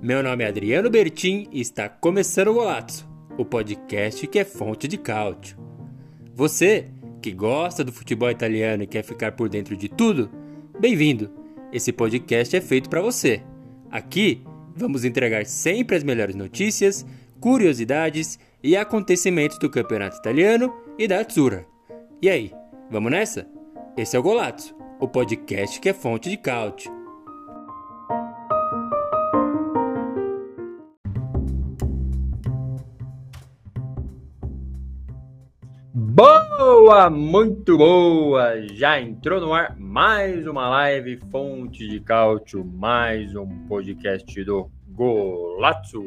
Meu nome é Adriano Bertin e está começando o Golazzo, o podcast que é fonte de cálcio. Você que gosta do futebol italiano e quer ficar por dentro de tudo, bem-vindo! Esse podcast é feito para você. Aqui vamos entregar sempre as melhores notícias, curiosidades e acontecimentos do campeonato italiano e da Azzurra. E aí, vamos nessa? Esse é o Golazzo, o podcast que é fonte de cálcio. Boa, muito boa! Já entrou no ar mais uma live Fonte de Cálcio, mais um podcast do Golazzo.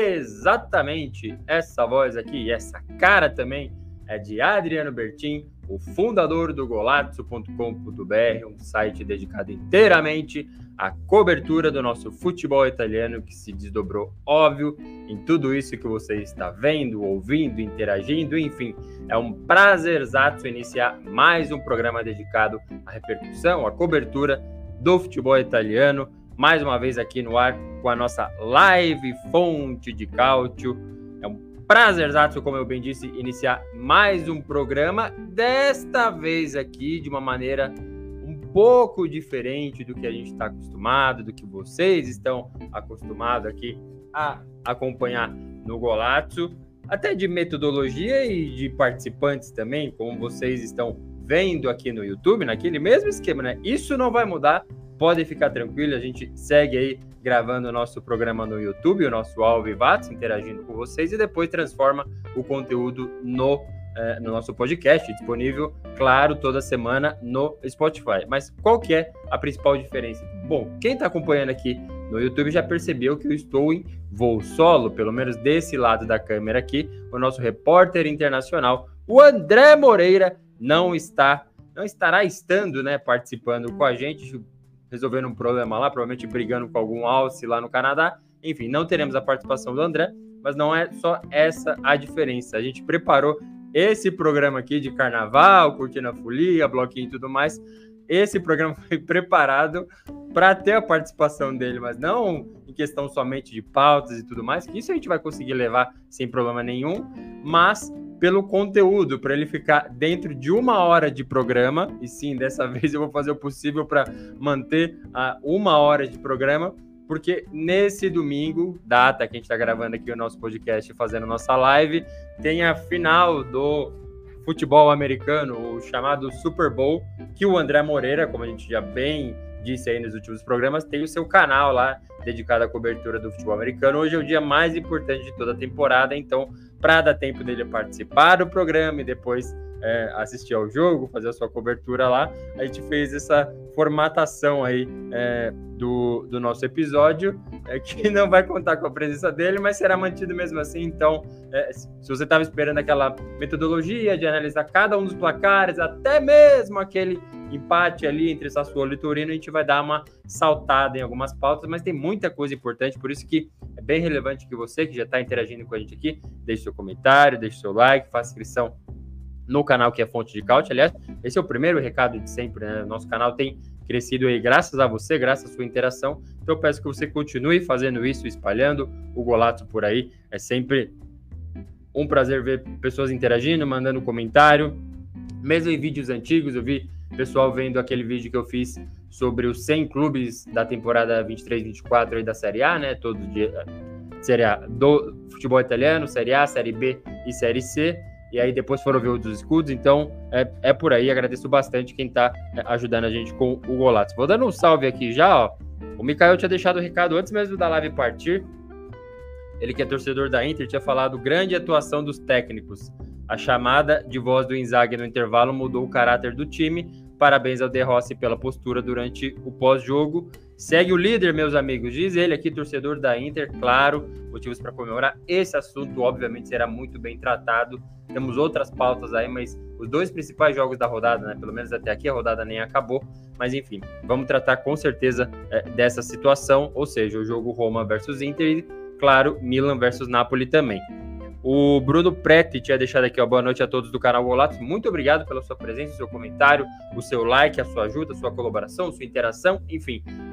Exatamente, essa voz aqui e essa cara também é de Adriano Bertin, o fundador do Golazzo.com.br, um site dedicado inteiramente à cobertura do nosso futebol italiano, que se desdobrou, óbvio, em tudo isso que você está vendo, ouvindo, interagindo, enfim. É um prazerzaço iniciar mais um programa dedicado à repercussão, à cobertura do futebol italiano, mais uma vez aqui no ar com a nossa live Fonte de Cálcio. É um prazerzaço, como eu bem disse, iniciar mais um programa, desta vez aqui de uma maneira um pouco diferente do que a gente está acostumado, do que vocês estão acostumados aqui a acompanhar no Golazzo, até de metodologia e de participantes também, como vocês estão vendo aqui no YouTube, naquele mesmo esquema, né? Isso não vai mudar, podem ficar tranquilos, a gente segue aí gravando o nosso programa no YouTube, o nosso ao vivato, interagindo com vocês, e depois transforma o conteúdo no nosso podcast, disponível, claro, toda semana no Spotify. Mas qual que é a principal diferença? Bom, quem está acompanhando aqui no YouTube já percebeu que eu estou em voo solo, pelo menos desse lado da câmera aqui. O nosso repórter internacional, o André Moreira, não estará estando, né, participando com a gente, resolvendo um problema lá, provavelmente brigando com algum alce lá no Canadá. Enfim, não teremos a participação do André, mas não é só essa a diferença. A gente preparou esse programa aqui de carnaval, curtindo a folia, bloquinho e tudo mais. Esse programa foi preparado para ter a participação dele, mas não em questão somente de pautas e tudo mais, que isso a gente vai conseguir levar sem problema nenhum, mas pelo conteúdo, para ele ficar dentro de 1 hora de programa. E sim, dessa vez eu vou fazer o possível para manter a 1 hora de programa, porque nesse domingo, data que a gente está gravando aqui o nosso podcast, fazendo nossa live, tem a final do futebol americano, o chamado Super Bowl, que o André Moreira, como a gente já bem disse aí nos últimos programas, tem o seu canal lá dedicado à cobertura do futebol americano. Hoje é o dia mais importante de toda a temporada, então, para dar tempo dele participar do programa e depois assistir ao jogo, fazer a sua cobertura lá, a gente fez essa formatação aí do nosso episódio, que não vai contar com a presença dele, mas será mantido mesmo assim. Então, se você estava esperando aquela metodologia de analisar cada um dos placares, até mesmo aquele empate ali entre Sassuolo e Torino, a gente vai dar uma saltada em algumas pautas, mas tem muita coisa importante, por isso que é bem relevante que você, que já está interagindo com a gente aqui, deixe seu comentário, deixe seu like, faça inscrição no canal que é Fonte de Cálcio. Aliás, esse é o primeiro recado de sempre, né? Nosso canal tem crescido aí graças a você, graças à sua interação. Então eu peço que você continue fazendo isso, espalhando o Golazzo por aí. É sempre um prazer ver pessoas interagindo, mandando comentário. Mesmo em vídeos antigos, eu vi pessoal vendo aquele vídeo que eu fiz sobre os 100 clubes da temporada 23-24 aí da Série A, né? Todo dia, Série A do futebol italiano, Série A, Série B e Série C. E aí depois foram ver os escudos, então é por aí. Agradeço bastante quem tá ajudando a gente com o Golazzo. Vou dando um salve aqui já, ó. O Mikael tinha deixado o recado antes mesmo da live partir. Ele que é torcedor da Inter, tinha falado grande atuação dos técnicos. A chamada de voz do Inzaghi no intervalo mudou o caráter do time. Parabéns ao De Rossi pela postura durante o pós-jogo. Segue o líder, meus amigos, diz ele aqui, torcedor da Inter, claro, motivos para comemorar. Esse assunto, obviamente, será muito bem tratado. Temos outras pautas aí, mas os 2 principais jogos da rodada, né? Pelo menos até aqui a rodada nem acabou. Mas enfim, vamos tratar com certeza dessa situação, ou seja, o jogo Roma versus Inter e, claro, Milan versus Napoli também. O Bruno Preti tinha deixado aqui, ó, boa noite a todos do canal Golazzo. Muito obrigado pela sua presença, o seu comentário, o seu like, a sua ajuda, a sua colaboração, a sua interação, enfim.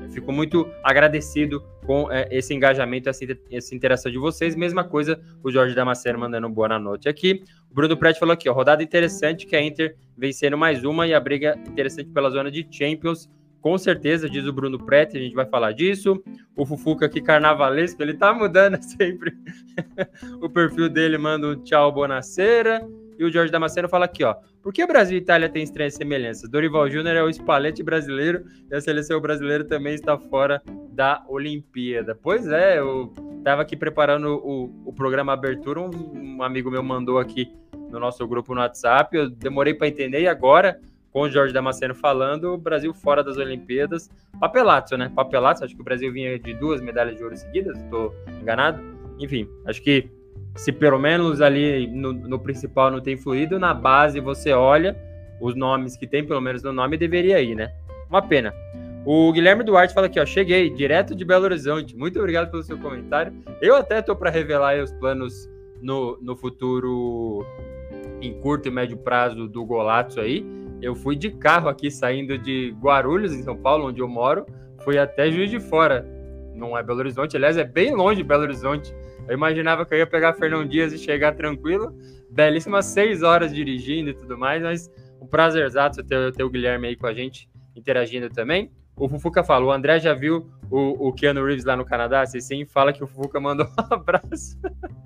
Fico muito agradecido com esse engajamento, essa interação de vocês. Mesma coisa, o Jorge Damasceno mandando boa noite aqui. O Bruno Prete falou aqui, ó, rodada interessante, que a Inter vencendo mais uma e a briga interessante pela zona de Champions. Com certeza, diz o Bruno Prete, a gente vai falar disso. O Fufuca aqui, carnavalesco, ele tá mudando sempre o perfil dele, manda um tchau, bonacera. E o Jorge Damasceno fala aqui, ó, por que Brasil e Itália têm estranhas semelhanças? Dorival Júnior é o espalhete brasileiro e a seleção brasileira também está fora da Olimpíada. Pois é, eu tava aqui preparando o programa Abertura, um amigo meu mandou aqui no nosso grupo no WhatsApp, eu demorei para entender e agora, com o Jorge Damasceno falando, o Brasil fora das Olimpíadas. Papelato, né? Papelato, acho que o Brasil vinha de 2 medalhas de ouro seguidas, estou enganado. Enfim, acho que se pelo menos ali no principal não tem fluído, na base você olha os nomes que tem, pelo menos no nome, deveria ir, né? Uma pena. O Guilherme Duarte fala aqui, ó, cheguei, direto de Belo Horizonte. Muito obrigado pelo seu comentário. Eu até tô para revelar aí os planos no futuro, em curto e médio prazo do Golazzo aí. Eu fui de carro aqui, saindo de Guarulhos, em São Paulo, onde eu moro, fui até Juiz de Fora. Não é Belo Horizonte, aliás, é bem longe de Belo Horizonte. Eu imaginava que eu ia pegar Fernão Dias e chegar tranquilo. Belíssimas 6 horas dirigindo e tudo mais, mas um prazerzato ter o Guilherme aí com a gente, interagindo também. O Fufuca fala, o André já viu o Keanu Reeves lá no Canadá? Se sim, fala que o Fufuca mandou um abraço.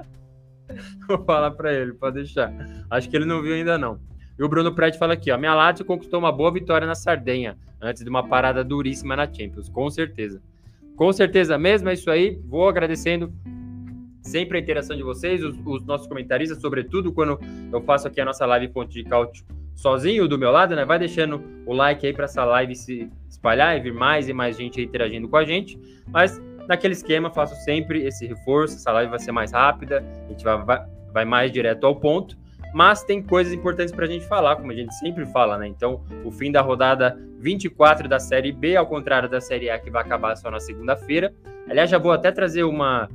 Vou falar pra ele, pode deixar. Acho que ele não viu ainda não. E o Bruno Prete fala aqui, ó, minha Lazio conquistou uma boa vitória na Sardenha, antes de uma parada duríssima na Champions, com certeza. Com certeza mesmo, é isso aí. Vou agradecendo sempre a interação de vocês, os nossos comentaristas, sobretudo quando eu faço aqui a nossa live Ponto de Cálcio sozinho do meu lado, né? Vai deixando o like aí para essa live se espalhar e vir mais e mais gente aí interagindo com a gente. Mas naquele esquema, faço sempre esse reforço, essa live vai ser mais rápida, a gente vai mais direto ao ponto. Mas tem coisas importantes para a gente falar, como a gente sempre fala, né? Então, o fim da rodada 24 da Série B, ao contrário da Série A, que vai acabar só na segunda-feira. Aliás, já vou até trazer uma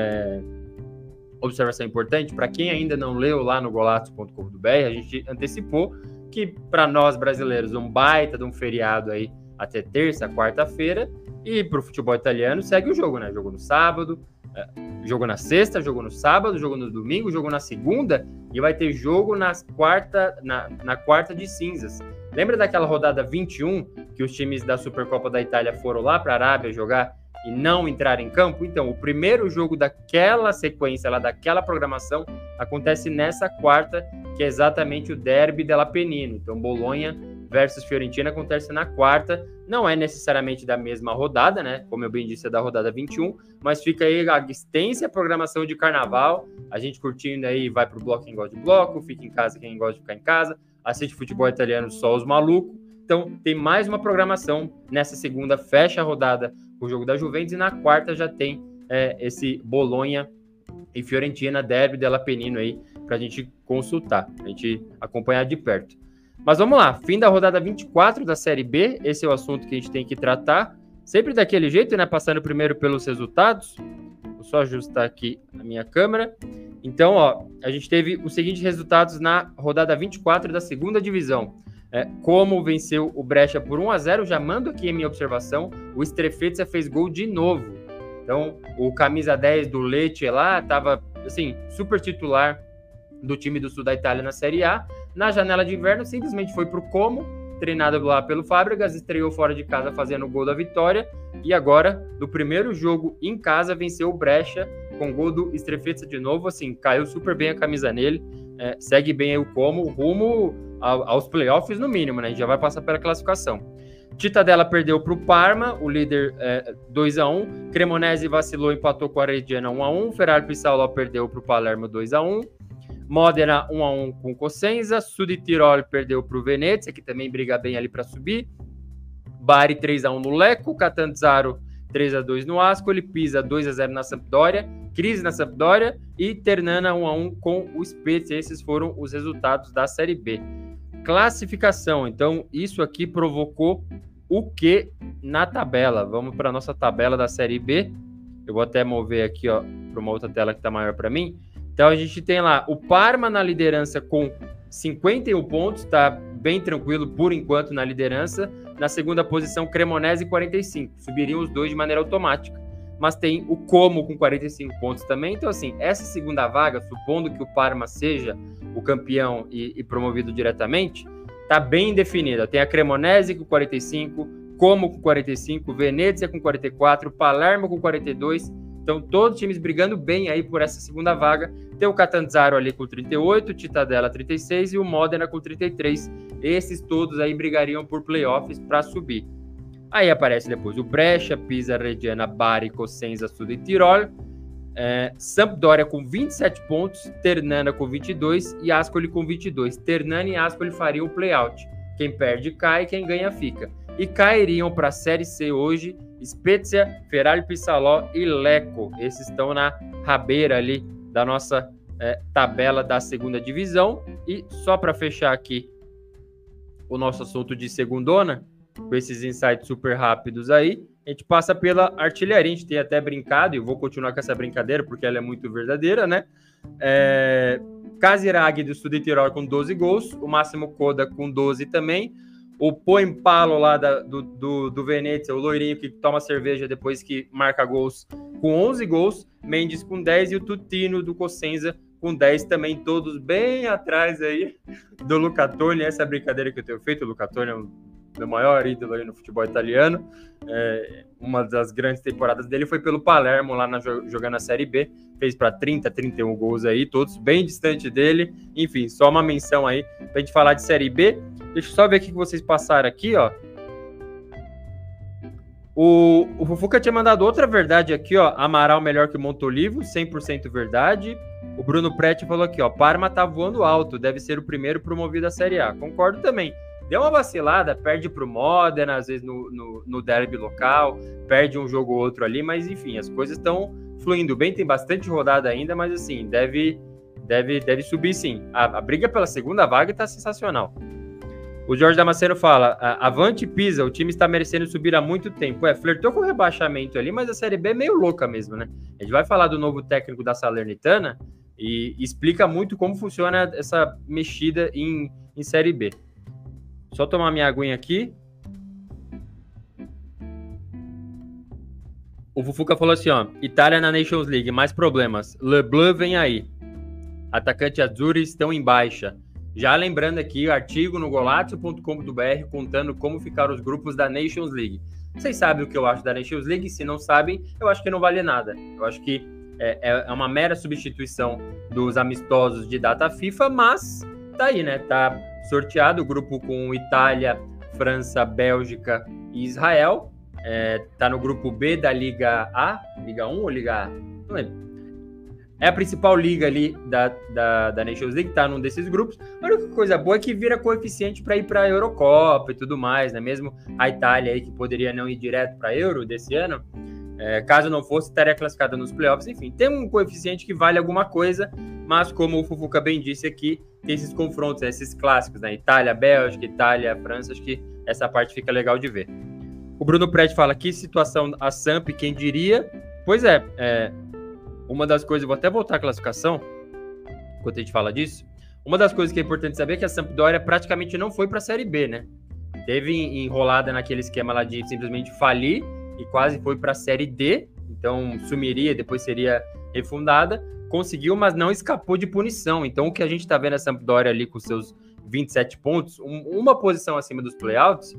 observação importante. Para quem ainda não leu lá no golazzo.com.br, a gente antecipou que, para nós brasileiros, um baita de um feriado aí até terça, quarta-feira, e para o futebol italiano segue o jogo, né? Jogo no sábado, jogo na sexta, jogo no sábado, jogo no domingo, jogo na segunda, e vai ter jogo na quarta de cinzas. Lembra daquela rodada 21 que os times da Supercopa da Itália foram lá para a Arábia jogar e não entraram em campo? Então, o primeiro jogo daquela sequência, lá daquela programação, acontece nessa quarta, que é exatamente o Derby dell'Apennino. Então, Bolonha versus Fiorentina acontece na quarta. Não é necessariamente da mesma rodada, né? Como eu bem disse, é da rodada 21, mas fica aí a extensa programação de carnaval. A gente curtindo aí, vai pro bloco quem gosta de bloco, fica em casa quem gosta de ficar em casa, assiste futebol italiano só os malucos. Então, tem mais uma programação. Nessa segunda, fecha a rodada com o jogo da Juventus, e na quarta já tem esse Bolonha e Fiorentina, Derby dell'Apennino aí, pra gente consultar, pra gente acompanhar de perto. Mas vamos lá, fim da rodada 24 da Série B, esse é o assunto que a gente tem que tratar, sempre daquele jeito, né, passando primeiro pelos resultados. Vou só ajustar aqui a minha câmera. Então, ó, a gente teve os seguintes resultados na rodada 24 da segunda divisão. Como venceu o Brescia por 1-0, já mando aqui a minha observação, o Strefezza fez gol de novo. Então, o camisa 10 do Lecce lá estava, assim, super titular do time do sul da Itália na Série A. Na janela de inverno, simplesmente foi pro Como, treinado lá pelo Fábregas, estreou fora de casa fazendo o gol da vitória, e agora, no primeiro jogo em casa, venceu o Brescia com gol do Strefezza de novo, assim, caiu super bem a camisa nele, segue bem aí o Como, rumo aos playoffs no mínimo, né? A gente já vai passar pela classificação. Cittadella perdeu para o Parma, o líder 2-1, Cremonese vacilou, empatou com a Reggiana 1-1, Ferrari Pissalò perdeu para o Palermo 2-1, Modena 1-1 com o Cosenza, Sud-Tirol perdeu para o Venezia, que também briga bem ali para subir, Bari 3-1 no Lecco, Catanzaro 3-2 no Ascoli, Pisa 2-0 na Sampdoria, crise na Sampdoria, e Ternana 1-1 com o Spezia. Esses foram os resultados da Série B. Classificação, então isso aqui provocou o que na tabela? Vamos para a nossa tabela da Série B. Eu vou até mover aqui, ó, para uma outra tela que está maior para mim. Então a gente tem lá o Parma na liderança com 51 pontos, está bem tranquilo por enquanto na liderança. Na segunda posição, Cremonese 45. Subiriam os dois de maneira automática. Mas tem o Como com 45 pontos também. Então, assim, essa segunda vaga, supondo que o Parma seja o campeão e promovido diretamente, tá bem definida. Tem a Cremonese com 45, Como com 45, Venezia com 44, Palermo com 42. Então, todos os times brigando bem aí por essa segunda vaga. Tem o Catanzaro ali com 38, o Cittadella 36 e o Modena com 33. Esses todos aí brigariam por playoffs para subir. Aí aparece depois o Brescia, Pisa, Reggiana, Bari, Cosenza, Sud e Tirol. Sampdoria com 27 pontos, Ternana com 22 e Ascoli com 22. Ternana e Ascoli fariam o playout. Quem perde cai, quem ganha fica. E cairiam para a Série C hoje Spezia, Ferrari Pissalò e Lecco. Esses estão na rabeira ali da nossa tabela da segunda divisão. E só para fechar aqui o nosso assunto de segundona, com esses insights super rápidos aí, a gente passa pela artilharia. A gente tem até brincado, e eu vou continuar com essa brincadeira porque ela é muito verdadeira, né? Casiraghi do Südtirol com 12 gols, o Massimo Coda com 12 também, o Poempalo lá do Venezia, o loirinho que toma cerveja depois que marca gols, com 11 gols, Mendes com 10 e o Tutino do Cosenza com 10 também, todos bem atrás aí do Luca Toni. Essa brincadeira que eu tenho feito, o Luca Toni é o meu maior ídolo aí no futebol italiano. Uma das grandes temporadas dele foi pelo Palermo, lá jogando a Série B, fez para 30, 31 gols aí, todos bem distante dele. Enfim, só uma menção aí pra gente falar de Série B. Deixa eu só ver o que vocês passaram aqui, ó. O Fufuca tinha mandado outra verdade aqui, ó. Amaral melhor que Montolivo, 100% verdade. O Bruno Preti falou aqui, ó. Parma tá voando alto, deve ser o primeiro promovido à Série A. Concordo também. Deu uma vacilada, perde pro Modena, às vezes no derby local, perde um jogo ou outro ali, mas enfim, as coisas estão fluindo bem, tem bastante rodada ainda, mas assim, deve subir sim. A briga pela segunda vaga tá sensacional. O Jorge Damasceno fala, avante Pisa, o time está merecendo subir há muito tempo. Flertou com o rebaixamento ali, mas a Série B é meio louca mesmo, né? A gente vai falar do novo técnico da Salernitana e explica muito como funciona essa mexida em Série B. Só tomar minha aguinha aqui. O Fufuca falou assim, ó. Itália na Nations League, mais problemas. Leblanc vem aí. Atacante Azzurri estão em baixa. Já lembrando aqui o artigo no golazzo.com.br contando como ficaram os grupos da Nations League. Vocês sabem o que eu acho da Nations League? Se não sabem, eu acho que não vale nada. Eu acho que é uma mera substituição dos amistosos de data FIFA, mas tá aí, né? Tá sorteado o grupo com Itália, França, Bélgica e Israel. Tá no grupo B da Liga A, Liga 1 ou Liga A? Não lembro. É a principal liga ali da Nations League, tá num desses grupos. A única coisa boa é que vira coeficiente para ir para a Eurocopa e tudo mais, né? Mesmo a Itália aí, que poderia não ir direto para a Euro desse ano, caso não fosse, estaria classificada nos playoffs. Enfim, tem um coeficiente que vale alguma coisa, mas como o Fufuca bem disse aqui, tem esses confrontos, esses clássicos, né? Itália, Bélgica, Itália, França, acho que essa parte fica legal de ver. O Bruno Preti fala, que situação a Samp, quem diria? Pois uma das coisas, vou até voltar à classificação, enquanto a gente fala disso, uma das coisas que é importante saber é que a Sampdoria praticamente não foi para a Série B, né? Teve enrolada naquele esquema lá de simplesmente falir e quase foi para a Série D, então sumiria, depois seria refundada, conseguiu, mas não escapou de punição. Então o que a gente está vendo a Sampdoria ali com seus 27 pontos, uma posição acima dos playouts,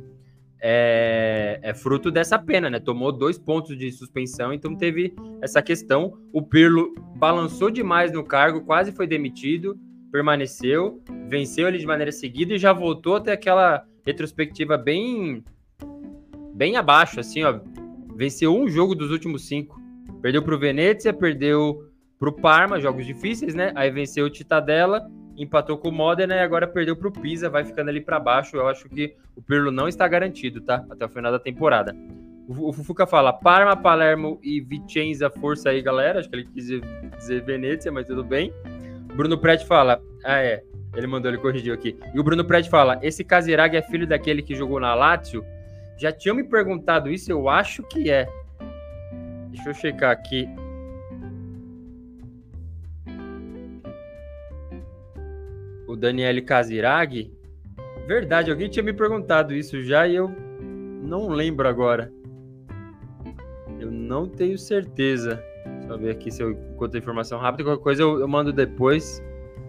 é fruto dessa pena, né? Tomou 2 pontos de suspensão, então teve essa questão. O Pirlo balançou demais no cargo, quase foi demitido, permaneceu, venceu ele de maneira seguida e já voltou até aquela retrospectiva bem abaixo, assim, ó. Venceu um jogo dos últimos 5. Perdeu pro Venezia, perdeu pro Parma, jogos difíceis, né? Aí venceu o Cittadella, empatou com o Modena e agora perdeu para o Pisa, vai ficando ali para baixo. Eu acho que o Pirlo não está garantido, tá? Até o final da temporada. O Fufuca fala, Parma, Palermo e Vicenza, força aí, galera. Acho que ele quis dizer Venezia, mas tudo bem. O Bruno Preti fala, ele corrigiu aqui. E o Bruno Preti fala, esse Casiraghi é filho daquele que jogou na Lazio? Já tinham me perguntado isso, eu acho que é. Deixa eu checar aqui. O Daniele Casiraghi, Verdade, alguém tinha me perguntado isso já e eu não lembro agora. Eu não tenho certeza. Deixa eu ver aqui se eu encontro a informação rápida. Qualquer coisa eu mando depois.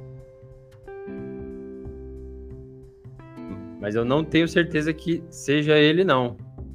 Mas eu não tenho certeza que seja ele, não.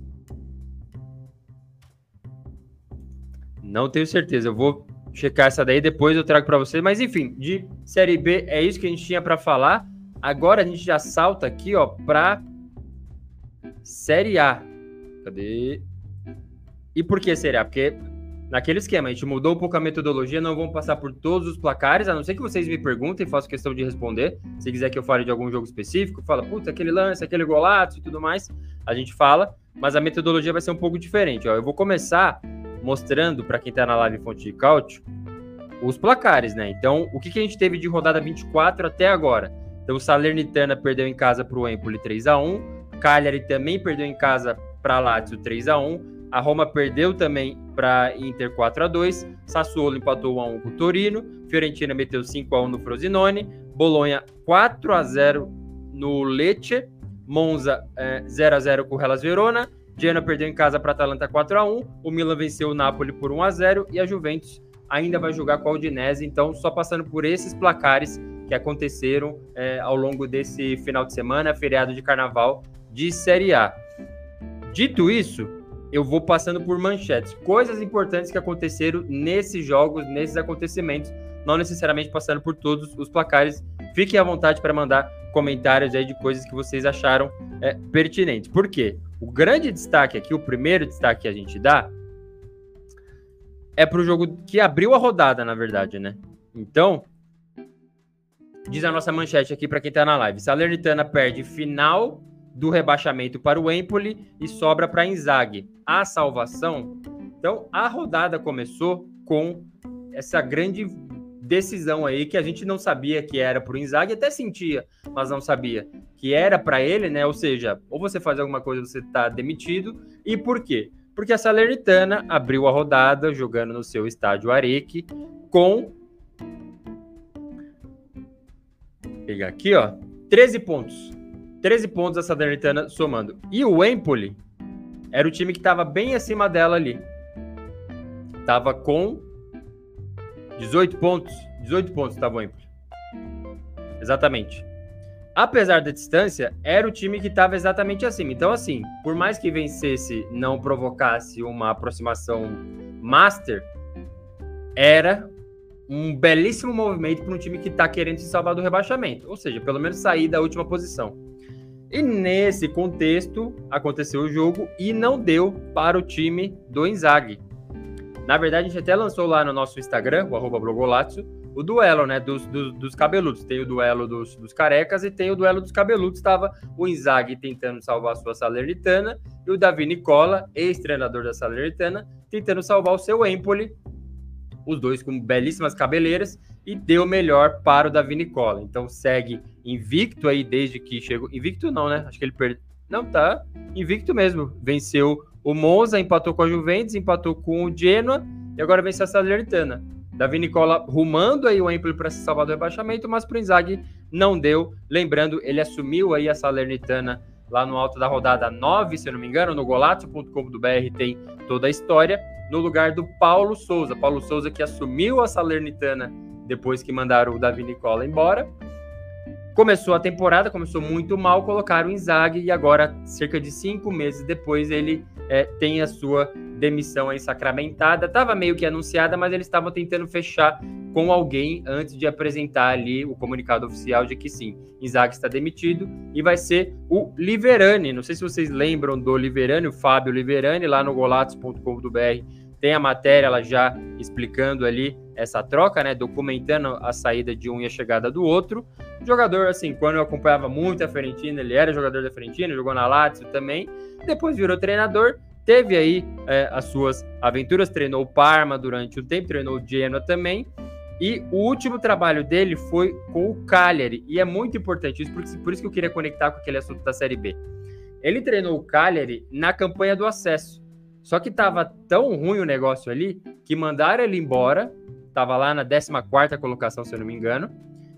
Não tenho certeza. Eu vou checar essa daí, depois eu trago para vocês. Mas enfim, de Série B é isso que a gente tinha para falar. Agora a gente já salta aqui, ó, para Série A. Cadê? E por que Série A? Porque naquele esquema, a gente mudou um pouco a metodologia, não vamos passar por todos os placares, a não ser que vocês me perguntem, faço questão de responder. Se quiser que eu fale de algum jogo específico, fala, putz, aquele lance, aquele golaço e tudo mais, a gente fala, mas a metodologia vai ser um pouco diferente. Ó, eu vou começar mostrando para quem está na live Fonte de Cálcio os placares, né? Então, o que a gente teve de rodada 24 até agora? Então, o Salernitana perdeu em casa para o Empoli 3-1, Cagliari também perdeu em casa para a Lazio 3-1, a Roma perdeu também para Inter 4-2, Sassuolo empatou 1-1 com o Torino, Fiorentina meteu 5-1 no Frosinone, Bolonha 4-0 no Lecce, Monza 0-0 com o Hellas Verona, Genoa perdeu em casa para a Atalanta 4-1, o Milan venceu o Napoli por 1-0 e a Juventus ainda vai jogar com a Udinese. Então, só passando por esses placares que aconteceram ao longo desse final de semana, feriado de carnaval de Série A. Dito isso, eu vou passando por manchetes, coisas importantes que aconteceram nesses jogos, nesses acontecimentos, não necessariamente passando por todos os placares. Fiquem à vontade para mandar comentários aí de coisas que vocês acharam pertinentes. Por quê? O grande destaque aqui, o primeiro destaque que a gente dá, é para o jogo que abriu a rodada, na verdade, né? Então, diz a nossa manchete aqui para quem está na live. Salernitana perde final do rebaixamento para o Empoli e sobra para Inzaghi. A salvação. Então, a rodada começou com essa grande decisão aí que a gente não sabia que era para o Inzaghi, até sentia, mas não sabia que era para ele, né? Ou seja, ou você faz alguma coisa ou você está demitido. E por quê? Porque a Salernitana abriu a rodada jogando no seu estádio Areque com... Vou pegar aqui, ó, 13 pontos. 13 pontos a Salernitana somando. E o Empoli era o time que estava bem acima dela ali. Estava com 18 pontos. 18 pontos estava o Empoli. Exatamente. Apesar da distância, era o time que estava exatamente acima. Então, assim, por mais que vencesse, não provocasse uma aproximação master, era um belíssimo movimento para um time que está querendo se salvar do rebaixamento. Ou seja, pelo menos sair da última posição. E nesse contexto, aconteceu o jogo e não deu para o time do Inzaghi. Na verdade, a gente até lançou lá no nosso Instagram, o @blogolazzo, o duelo, né, dos cabeludos. Tem o duelo dos carecas e tem o duelo dos cabeludos. Estava o Inzaghi tentando salvar a sua Salernitana e o Davi Nicola, ex-treinador da Salernitana, tentando salvar o seu Empoli. Os dois com belíssimas cabeleiras, e deu melhor para o Davi Nicola. Então segue invicto aí desde que chegou. Invicto não, né? Acho que ele perdeu. Não, tá invicto mesmo. Venceu o Monza, empatou com a Juventus, empatou com o Genoa e agora venceu a Salernitana. Davi Nicola rumando aí o Empoli para se salvar do rebaixamento, mas para o Inzaghi não deu. Lembrando, ele assumiu aí a Salernitana lá no alto da rodada 9, se eu não me engano, no golazzo.com.br tem toda a história, no lugar do Paulo Souza. Paulo Souza que assumiu a Salernitana depois que mandaram o Davi Nicola embora. Começou a temporada, começou muito mal, colocaram o Inzaghi e agora, cerca de 5 meses depois, ele tem a sua demissão aí sacramentada. Estava meio que anunciada, mas eles estavam tentando fechar com alguém antes de apresentar ali o comunicado oficial de que sim, Inzaghi está demitido e vai ser o Liverani. Não sei se vocês lembram do Liverani, o Fábio Liverani, lá no golazzo.com.br tem a matéria ela já explicando ali essa troca, né, documentando a saída de um e a chegada do outro. Jogador, assim, quando eu acompanhava muito a Fiorentina, ele era jogador da Fiorentina, jogou na Lazio também, depois virou treinador, teve aí as suas aventuras, treinou o Parma durante um tempo, treinou o Genoa também, e o último trabalho dele foi com o Cagliari, e é muito importante isso, por isso que eu queria conectar com aquele assunto da Série B. Ele treinou o Cagliari na campanha do acesso, só que tava tão ruim o negócio ali, que mandaram ele embora, tava lá na 14ª colocação, se eu não me engano,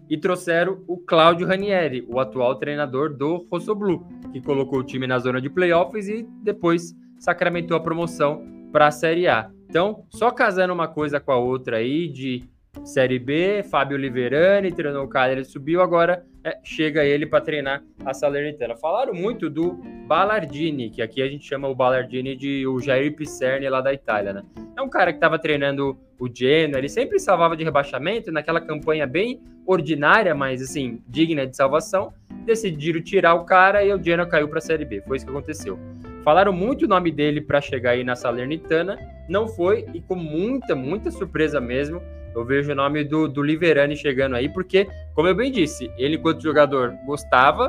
e trouxeram o Claudio Ranieri, o atual treinador do Rossoblu, que colocou o time na zona de playoffs e depois sacramentou a promoção para a Série A. Então, só casando uma coisa com a outra aí, de Série B, Fábio Liverani treinou o Cagliari, ele subiu, agora chega ele para treinar a Salernitana. Falaram muito do Ballardini, que aqui a gente chama o Ballardini de o Jair Pisserni lá da Itália, né? É um cara que estava treinando o Genoa, ele sempre salvava de rebaixamento, naquela campanha bem ordinária, mas assim, digna de salvação. Decidiram tirar o cara e o Genoa caiu para a Série B, foi isso que aconteceu. Falaram muito o nome dele para chegar aí na Salernitana, não foi, e com muita surpresa mesmo, eu vejo o nome do Liverani chegando aí, porque, como eu bem disse, ele enquanto jogador gostava,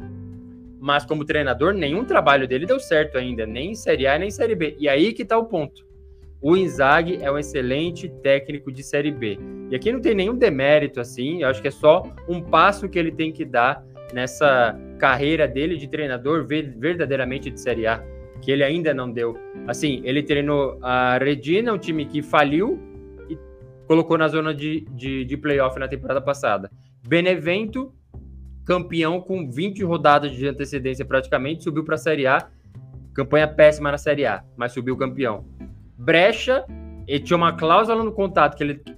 mas como treinador, nenhum trabalho dele deu certo ainda, nem em Série A, nem em Série B. E aí que tá o ponto. O Inzaghi é um excelente técnico de Série B. E aqui não tem nenhum demérito, assim, eu acho que é só um passo que ele tem que dar nessa carreira dele de treinador verdadeiramente de Série A, que ele ainda não deu. Assim, ele treinou a Reggina, um time que faliu, e colocou na zona de playoff na temporada passada. Benevento, campeão com 20 rodadas de antecedência praticamente, subiu para a Série A, campanha péssima na Série A, mas subiu campeão. Brecha, ele tinha uma cláusula no contrato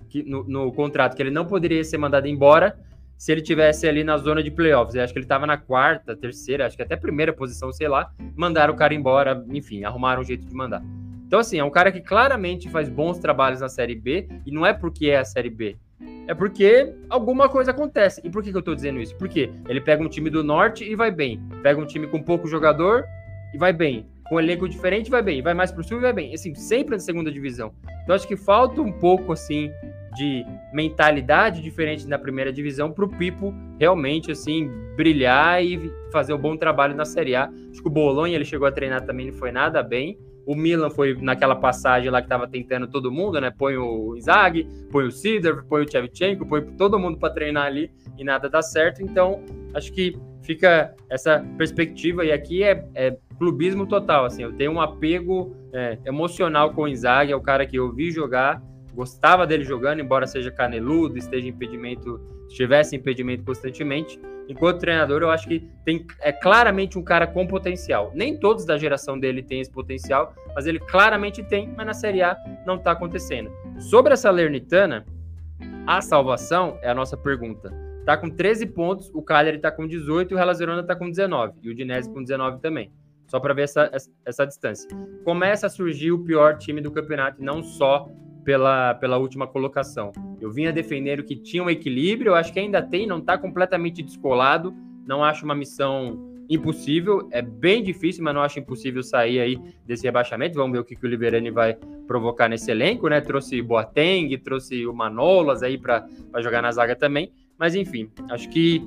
no contrato que ele não poderia ser mandado embora se ele tivesse ali na zona de playoffs. Eu acho que ele estava na quarta, terceira, acho que até primeira posição, sei lá, mandaram o cara embora, enfim, arrumaram um jeito de mandar. Então, assim, é um cara que claramente faz bons trabalhos na Série B, e não é porque é a Série B, é porque alguma coisa acontece. E por que eu tô dizendo isso? Porque ele pega um time do Norte e vai bem, pega um time com pouco jogador e vai bem, com um elenco diferente vai bem, vai mais pro Sul e vai bem, assim, sempre na segunda divisão. Então, acho que falta um pouco, assim, de mentalidade diferente na primeira divisão para o Pipo realmente, assim, brilhar e fazer um bom trabalho na Série A. Acho que o Bologna, ele chegou a treinar também, não foi nada bem. O Milan foi naquela passagem lá que estava tentando todo mundo, né? Põe o Inzaghi, põe o Sidor, põe o Shevchenko, põe todo mundo para treinar ali e nada dá certo. Então, acho que fica essa perspectiva, e aqui é clubismo total, assim. Eu tenho um apego emocional com o Inzaghi, é o cara que eu vi jogar, gostava dele jogando, embora seja caneludo, estivesse em impedimento constantemente. Enquanto treinador, eu acho que é claramente um cara com potencial. Nem todos da geração dele têm esse potencial, mas ele claramente tem, mas na Série A não está acontecendo. Sobre a Salernitana, a salvação é a nossa pergunta. Tá com 13 pontos, o Cagliari tá com 18 e o Hellas Verona tá com 19. E o Udinese com 19 também. Só para ver essa distância. Começa a surgir o pior time do campeonato, não só pela última colocação. Eu vinha defendendo que tinha um equilíbrio, eu acho que ainda tem, não está completamente descolado, não acho uma missão impossível, é bem difícil, mas não acho impossível sair aí desse rebaixamento. Vamos ver o que o Liverani vai provocar nesse elenco, né? Trouxe Boateng, trouxe o Manolas aí para jogar na zaga também, mas enfim, acho que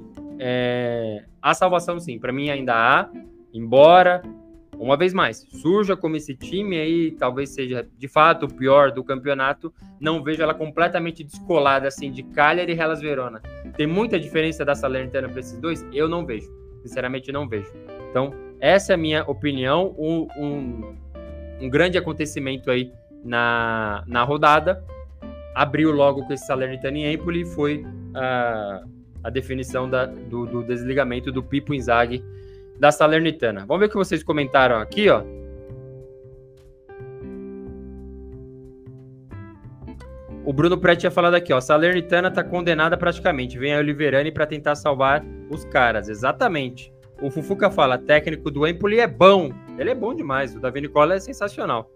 a salvação sim, para mim ainda há, embora uma vez mais, surja como esse time aí, talvez seja de fato o pior do campeonato, não vejo ela completamente descolada assim de Cagliari e Hellas Verona. Tem muita diferença da Salernitana para esses dois? Eu não vejo, sinceramente não vejo. Então, essa é a minha opinião, um grande acontecimento aí na rodada, abriu logo com esse Salernitana e Empoli e foi a definição do desligamento do Pipo Inzaghi da Salernitana. Vamos ver o que vocês comentaram aqui, ó. O Bruno Prete tinha falado aqui, ó. Salernitana tá condenada praticamente. Vem a Liverani para tentar salvar os caras. Exatamente. O Fufuca fala, técnico do Empoli é bom. Ele é bom demais. O Davi Nicola é sensacional.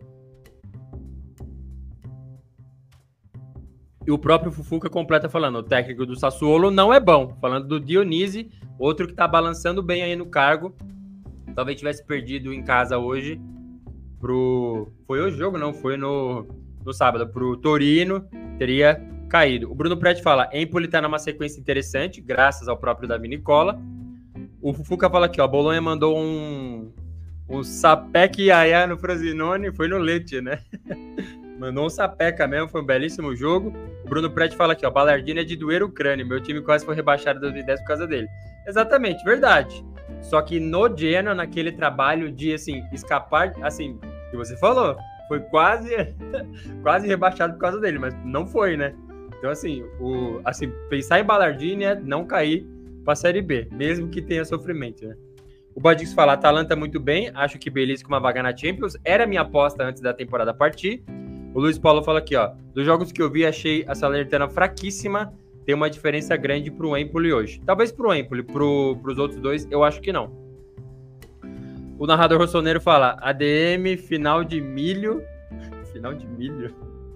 E o próprio Fufuca completa falando, o técnico do Sassuolo não é bom. Falando do Dionisi, outro que tá balançando bem aí no cargo. Talvez tivesse perdido em casa hoje Foi hoje o jogo? Não, foi no sábado. Pro Torino, teria caído. O Bruno Prete fala, Empoli tá numa sequência interessante, graças ao próprio Davi Nicola. O Fufuca fala aqui, ó, Bolonha mandou um sapeca Yaya no Frosinone, foi no Lecce, né? Mandou um sapeca mesmo, foi um belíssimo jogo. O Bruno Prete fala aqui, ó, Ballardini é de doer o crânio, meu time quase foi rebaixado em 2010 por causa dele. Exatamente, verdade. Só que no Genoa, naquele trabalho de, assim, escapar, assim, que você falou, foi quase rebaixado por causa dele, mas não foi, né? Então, assim, pensar em Ballardini é não cair para a Série B, mesmo que tenha sofrimento, né? O Badix fala, Atalanta muito bem, acho que Belisco com uma vaga na Champions, era minha aposta antes da temporada partir. O Luiz Paulo fala aqui, ó, dos jogos que eu vi, achei a Salernitana fraquíssima, tem uma diferença grande pro Empoli hoje. Talvez pro Empoli, pros outros dois, eu acho que não. O narrador rossoneiro fala, ADM, final de milho. Final de milho?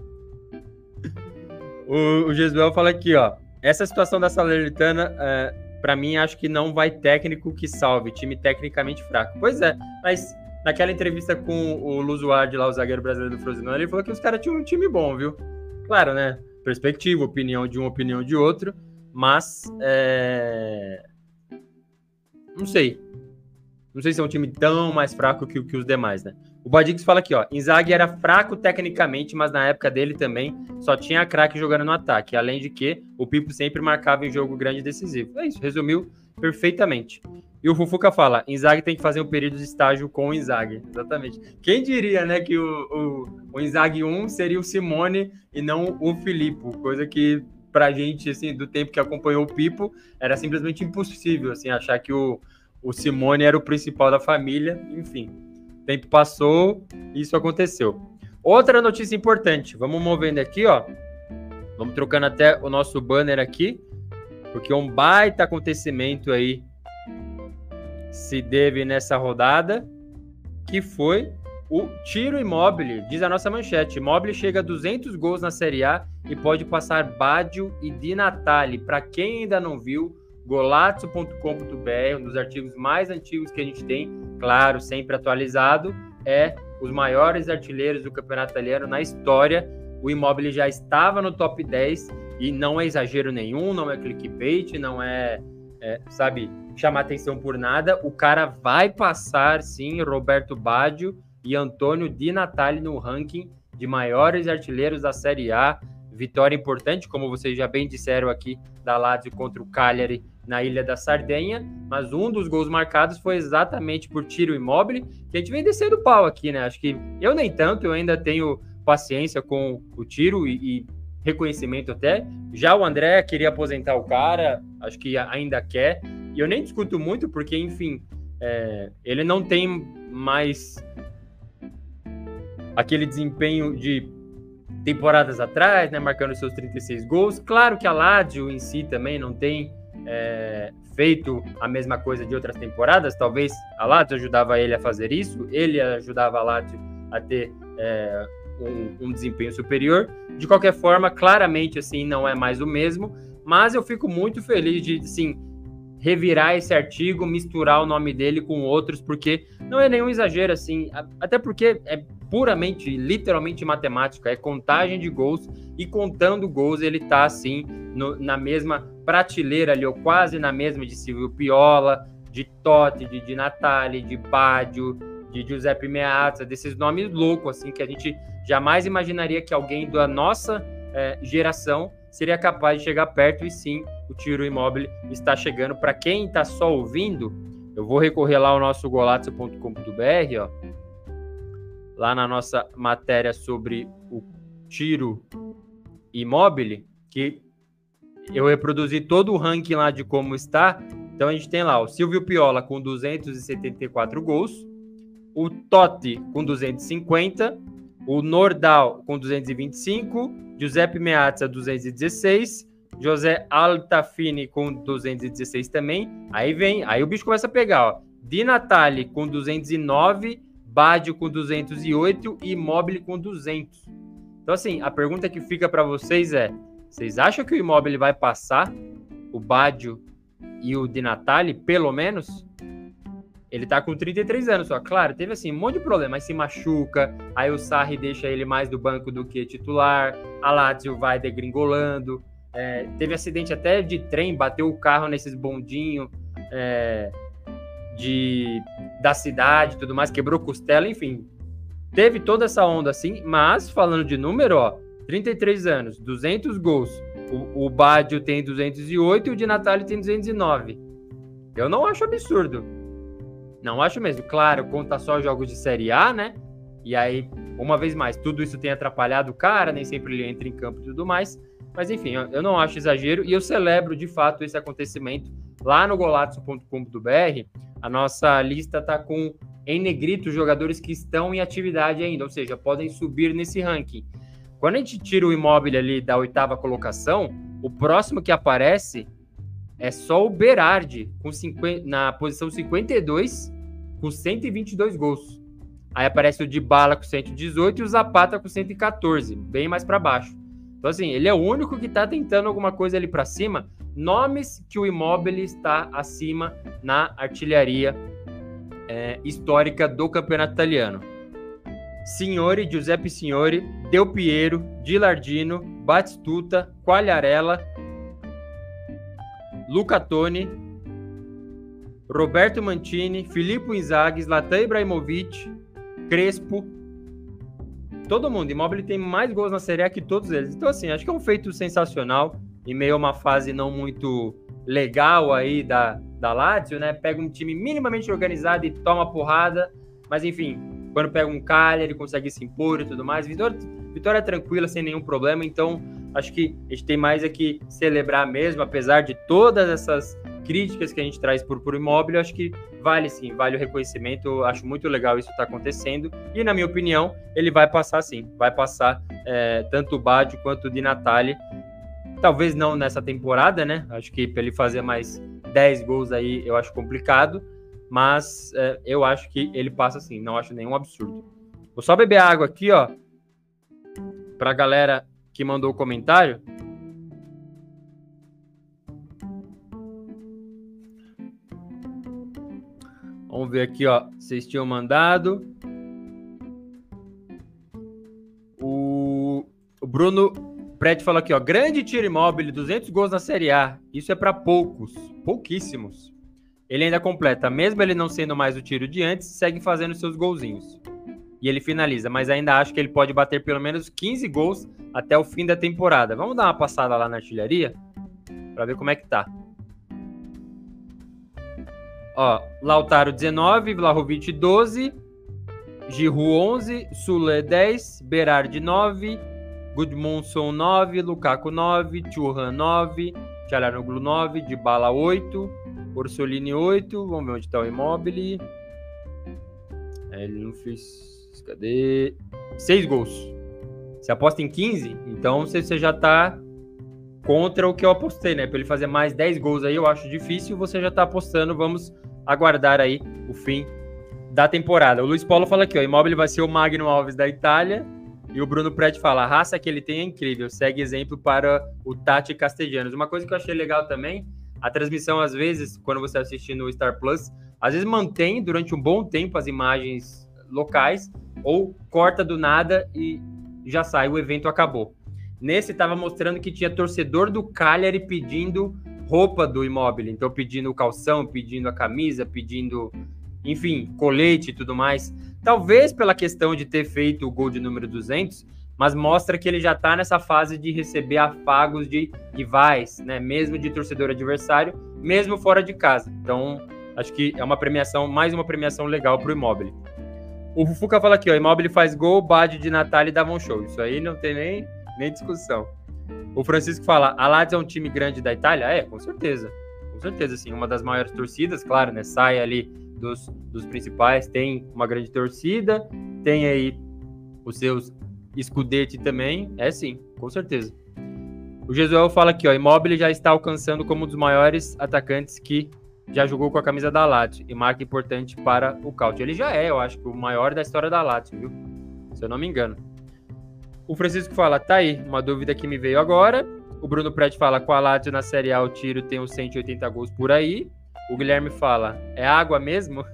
O Jesuel fala aqui, ó, essa situação da Salernitana, pra mim, acho que não vai técnico que salve, time tecnicamente fraco. Pois é, mas naquela entrevista com o Luzuardi, lá, o zagueiro brasileiro do Frosinone, ele falou que os caras tinham um time bom, viu? Claro, né? Perspectiva, opinião de um, opinião de outro, mas não sei se é um time tão mais fraco que os demais, né? O Badix fala aqui, ó, Inzaghi era fraco tecnicamente, mas na época dele também só tinha craque jogando no ataque, além de que o Pipo sempre marcava em jogo grande e decisivo. É isso, resumiu perfeitamente. E o Fufuca fala, Inzaghi tem que fazer um período de estágio com o Inzaghi. Exatamente. Quem diria, né, que o Inzaghi 1 seria o Simone e não o Filippo, coisa que pra gente, assim, do tempo que acompanhou o Pipo, era simplesmente impossível, assim, achar que o Simone era o principal da família, enfim. O tempo passou e isso aconteceu. Outra notícia importante, vamos movendo aqui, ó. Vamos trocando até o nosso banner aqui, porque um baita acontecimento aí se deve nessa rodada, que foi o Ciro Immobile, diz a nossa manchete. Immobile chega a 200 gols na Série A e pode passar Baggio e Di Natale. Para quem ainda não viu, golazzo.com.br, um dos artigos mais antigos que a gente tem, claro, sempre atualizado, é os maiores artilheiros do campeonato italiano na história. O Immobile já estava no top 10 e não é exagero nenhum, não é clickbait, não é chamar atenção por nada. O cara vai passar, sim, Roberto Baggio e Antônio Di Natale no ranking de maiores artilheiros da Série A. Vitória importante, como vocês já bem disseram aqui, da Lazio contra o Cagliari na Ilha da Sardenha, mas um dos gols marcados foi exatamente por Ciro Immobile, que a gente vem descendo o pau aqui, né? Acho que eu nem tanto, eu ainda tenho paciência com o Ciro e reconhecimento até. Já o André queria aposentar o cara, acho que ainda quer, e eu nem discuto muito, porque, enfim, ele não tem mais aquele desempenho de temporadas atrás, né, marcando seus 36 gols. Claro que a Lazio em si também não tem feito a mesma coisa de outras temporadas. Talvez a Lazio ajudava ele a fazer isso, ele ajudava a Lazio a ter um desempenho superior. De qualquer forma, claramente assim, não é mais o mesmo, mas eu fico muito feliz de, assim, revirar esse artigo, misturar o nome dele com outros, porque não é nenhum exagero, assim, até porque é puramente, literalmente matemática, é contagem de gols, e contando gols ele tá, assim, na mesma prateleira ali, ou quase na mesma de Silvio Piola, de Totti, de Di Natale, de Baggio, de Giuseppe Meazza, desses nomes loucos, assim, que a gente jamais imaginaria que alguém da nossa geração seria capaz de chegar perto, e sim, o Ciro Immobile está chegando. Para quem está só ouvindo, eu vou recorrer lá ao nosso golazzo.com.br, ó, lá na nossa matéria sobre o Ciro Immobile, que eu reproduzi todo o ranking lá de como está. Então a gente tem lá o Silvio Piola com 274 gols, o Totti com 250, o Nordal com 225, Giuseppe Meazza 216, José Altafini com 216 também. Aí o bicho começa a pegar, ó. Di Natale com 209, Baggio com 208 e Immobile com 200. Então, assim, a pergunta que fica para vocês é: vocês acham que o Immobile vai passar o Baggio e o Di Natale, pelo menos? Ele tá com 33 anos só. Claro, teve assim um monte de problema, aí se machuca, aí o Sarri deixa ele mais do banco do que titular, a Lazio vai degringolando, teve acidente até de trem, bateu o carro nesses bondinhos da cidade e tudo mais, quebrou costela, enfim. Teve toda essa onda assim, mas falando de número, ó, 33 anos, 200 gols, o Baggio tem 208 e o Di Natale tem 209. Eu não acho absurdo. Não acho mesmo. Claro, conta só jogos de Série A, né? E aí, uma vez mais, tudo isso tem atrapalhado o cara, nem sempre ele entra em campo e tudo mais. Mas enfim, eu não acho exagero e eu celebro de fato esse acontecimento. Lá no golatso.com.br, a nossa lista está com em negrito os jogadores que estão em atividade ainda, ou seja, podem subir nesse ranking. Quando a gente tira o Immobile ali da 8ª colocação, o próximo que aparece é só o Berardi, na posição 52, com 122 gols. Aí aparece o Dybala com 118 e o Zapata com 114, bem mais para baixo. Então, assim, ele é o único que está tentando alguma coisa ali para cima. Nomes que o Immobile está acima na artilharia histórica do campeonato italiano. Signori, Giuseppe Signori, Del Piero, Gilardino, Batistuta, Quagliarella, Luca Toni, Roberto Mancini, Filippo Inzaghi, Zlatan Ibrahimovic, Crespo, todo mundo. Immobile tem mais gols na Série A que todos eles. Então, assim, acho que é um feito sensacional em meio a uma fase não muito legal aí da Lazio, né? Pega um time minimamente organizado e toma porrada, mas enfim, quando pega um Cagliari, ele consegue se impor e tudo mais. Vitória tranquila, sem nenhum problema. Então, acho que a gente tem mais aqui celebrar mesmo, apesar de todas essas críticas que a gente traz por Immobile. Acho que vale sim, vale o reconhecimento. Eu acho muito legal isso estar acontecendo. E, na minha opinião, ele vai passar sim. Vai passar tanto o Baggio quanto o Di Natale. Talvez não nessa temporada, né? Acho que para ele fazer mais 10 gols aí, eu acho complicado. Mas eu acho que ele passa sim. Não acho nenhum absurdo. Vou só beber água aqui, ó. Pra galera que mandou o comentário. Vamos ver aqui, ó. Vocês tinham mandado. O Bruno Prete falou aqui, ó. Grande tiro Immobile, 200 gols na Série A. Isso é para poucos. Pouquíssimos. Ele ainda completa. Mesmo ele não sendo mais o tiro de antes, segue fazendo seus golzinhos. E ele finaliza. Mas ainda acho que ele pode bater pelo menos 15 gols até o fim da temporada. Vamos dar uma passada lá na artilharia para ver como é que tá. Ó, Lautaro 19, Vlahovic 12, Giroud 11, Sule 10, Berardi 9, Gudmundsson 9, Lukaku 9, Thuram 9, Çalhanoğlu 9, Dybala 8, Orsolini 8, vamos ver onde tá o Immobile. Ele não fez... Cadê? 6 gols. Você aposta em 15? Então você já tá contra o que eu apostei, né? Pra ele fazer mais 10 gols aí, eu acho difícil. Você já tá apostando, vamos aguardar aí o fim da temporada. O Luiz Paulo fala aqui, ó, Immobile vai ser o Magno Alves da Itália. E o Bruno Prete fala, a raça que ele tem é incrível, segue exemplo para o Tati Castellanos. Uma coisa que eu achei legal também, a transmissão às vezes, quando você assiste no Star Plus, às vezes mantém durante um bom tempo as imagens locais, ou corta do nada e já sai, o evento acabou. Nesse estava mostrando que tinha torcedor do Cagliari pedindo roupa do Immobile, então pedindo o calção, pedindo a camisa, pedindo, enfim, colete e tudo mais. Talvez pela questão de ter feito o gol de número 200, mas mostra que ele já está nessa fase de receber afagos de rivais, né? Mesmo de torcedor adversário, mesmo fora de casa. Então, acho que é uma premiação, mais uma premiação legal para o Immobile. O Fufuca fala aqui, ó, Immobile faz gol, Baggio de Natale dava um show. Isso aí não tem nem discussão. O Francisco fala, a Lazio é um time grande da Itália? É, com certeza. Com certeza, sim. Uma das maiores torcidas, claro, né? Sai ali dos principais, tem uma grande torcida, tem aí os seus Scudetti também. É sim, com certeza. O Jesuel fala aqui, ó, Immobile já está alcançando como um dos maiores atacantes que já jogou com a camisa da Lazio e marca importante para o Calcio. Ele já é, eu acho, o maior da história da Lazio, viu? Se eu não me engano. O Francisco fala, tá aí, uma dúvida que me veio agora. O Bruno Prete fala, com a Lazio na Série A o tiro tem uns 180 gols por aí. O Guilherme fala, é água mesmo?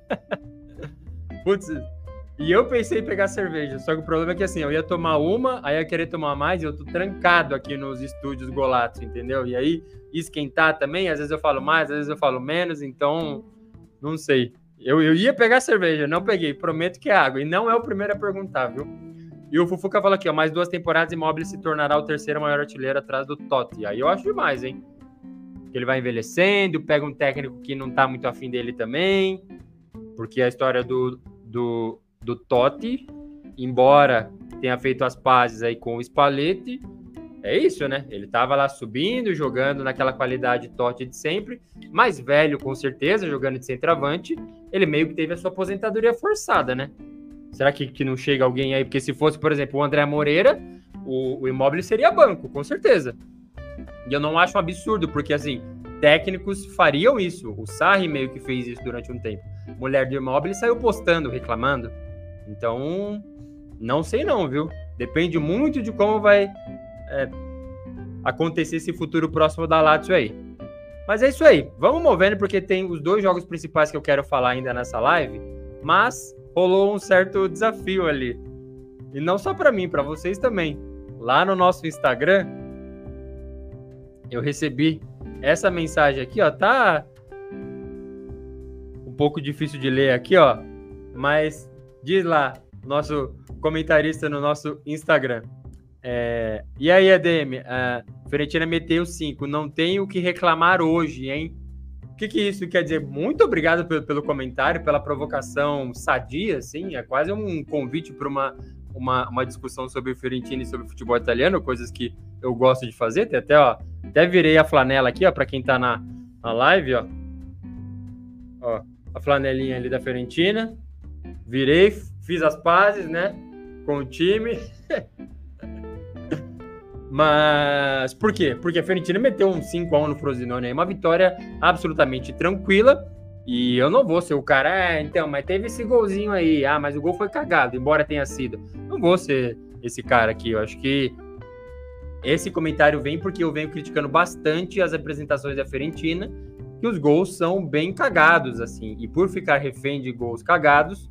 Putz, e eu pensei em pegar cerveja, só que o problema é que assim, eu ia tomar uma, aí eu ia querer tomar mais e eu tô trancado aqui nos estúdios Golato, entendeu? E aí, esquentar também, às vezes eu falo mais, às vezes eu falo menos, então, não sei. Eu ia pegar cerveja, não peguei, prometo que é água, e não é o primeiro a perguntar, viu? E o Fufuca fala aqui, ó, mais 2 temporadas Immobile se tornará o terceiro maior artilheiro atrás do Totti. Aí eu acho demais, hein? Que ele vai envelhecendo, pega um técnico que não tá muito afim dele também, porque a história do Totti embora tenha feito as pazes aí com o Spalletti, é isso, né? Ele tava lá subindo, jogando naquela qualidade Totti de sempre, mais velho com certeza, jogando de centroavante, ele meio que teve a sua aposentadoria forçada, né? Será que não chega alguém aí? Porque se fosse, por exemplo, o André Moreira, o Immobile seria banco, com certeza. E eu não acho um absurdo, porque assim, técnicos fariam isso. O Sarri meio que fez isso durante um tempo. Mulher do Immobile saiu postando, reclamando. Então, não sei não, viu? Depende muito de como vai acontecer esse futuro próximo da Lazio aí. Mas é isso aí. Vamos movendo, porque tem os 2 jogos principais que eu quero falar ainda nessa live. Mas rolou um certo desafio ali. E não só para mim, para vocês também. Lá no nosso Instagram, eu recebi essa mensagem aqui, ó. Tá um pouco difícil de ler aqui, ó. Mas diz lá, nosso comentarista no nosso Instagram. E aí, ADM, Fiorentina meteu 5. Não tenho o que reclamar hoje, hein? O que isso quer dizer? Muito obrigado pelo comentário, pela provocação sadia, assim. É quase um convite para uma discussão sobre o Fiorentina e sobre o futebol italiano, coisas que eu gosto de fazer. Tem até virei a flanela aqui, ó, para quem tá na live, ó. Ó, a flanelinha ali da Fiorentina. Virei, fiz as pazes, né, com o time. Mas por quê? Porque a Fiorentina meteu um 5-1 no Frosinone aí, uma vitória absolutamente tranquila, e eu não vou ser o cara, então, mas teve esse golzinho aí, mas o gol foi cagado, embora tenha sido. Não vou ser esse cara aqui, eu acho que esse comentário vem porque eu venho criticando bastante as apresentações da Fiorentina, que os gols são bem cagados, assim, e por ficar refém de gols cagados,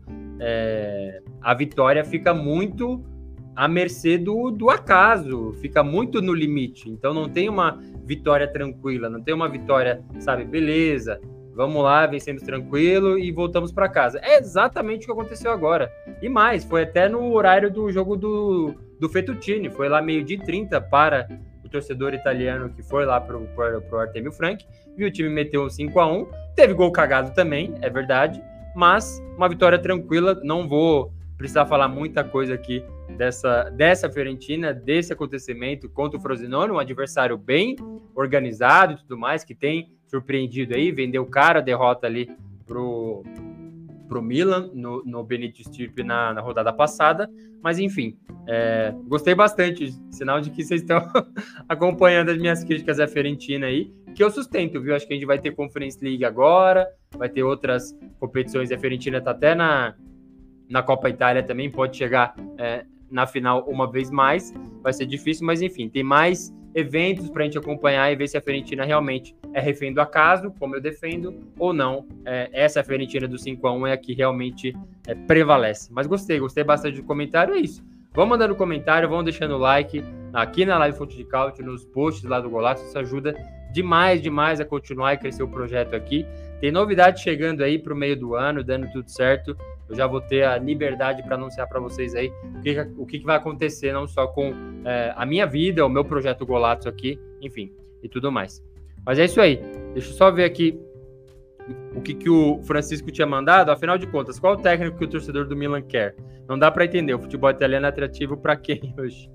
a vitória fica muito à mercê do acaso, fica muito no limite. Então não tem uma vitória tranquila, não tem uma vitória, sabe, beleza, vamos lá, vencemos tranquilo e voltamos para casa. É exatamente o que aconteceu agora. E mais, foi até no horário do jogo do Fettuccine, foi lá 12h30 para o torcedor italiano que foi lá pro Artemio Franchi, viu o time meteu um 5-1, teve gol cagado também, é verdade, mas uma vitória tranquila. Não vou precisar falar muita coisa aqui dessa Fiorentina, desse acontecimento contra o Frosinone, um adversário bem organizado e tudo mais, que tem surpreendido aí, vendeu caro a derrota ali pro Milan no Benito Stirpe na rodada passada, mas enfim, gostei bastante, sinal de que vocês estão acompanhando as minhas críticas à Fiorentina aí, que eu sustento, viu? Acho que a gente vai ter Conference League agora, vai ter outras competições, a Fiorentina tá até na Copa Itália também, pode chegar na final uma vez mais, vai ser difícil, mas enfim, tem mais eventos pra gente acompanhar e ver se a Fiorentina realmente é refém do acaso, como eu defendo, ou não. Essa Fiorentina do 5-1 é a que realmente prevalece. Mas gostei bastante do comentário, é isso. Vão mandando comentário, vão deixando like aqui na Live Fonte de Cálcio, nos posts lá do Golaço, isso ajuda demais a continuar e crescer o projeto aqui. Tem novidade chegando aí pro meio do ano, dando tudo certo. Eu já vou ter a liberdade para anunciar para vocês aí o que vai acontecer, não só com a minha vida, o meu projeto Golaço aqui, enfim, e tudo mais. Mas é isso aí. Deixa eu só ver aqui o que o Francisco tinha mandado. Afinal de contas, qual o técnico que o torcedor do Milan quer? Não dá para entender. O futebol italiano é atrativo para quem hoje?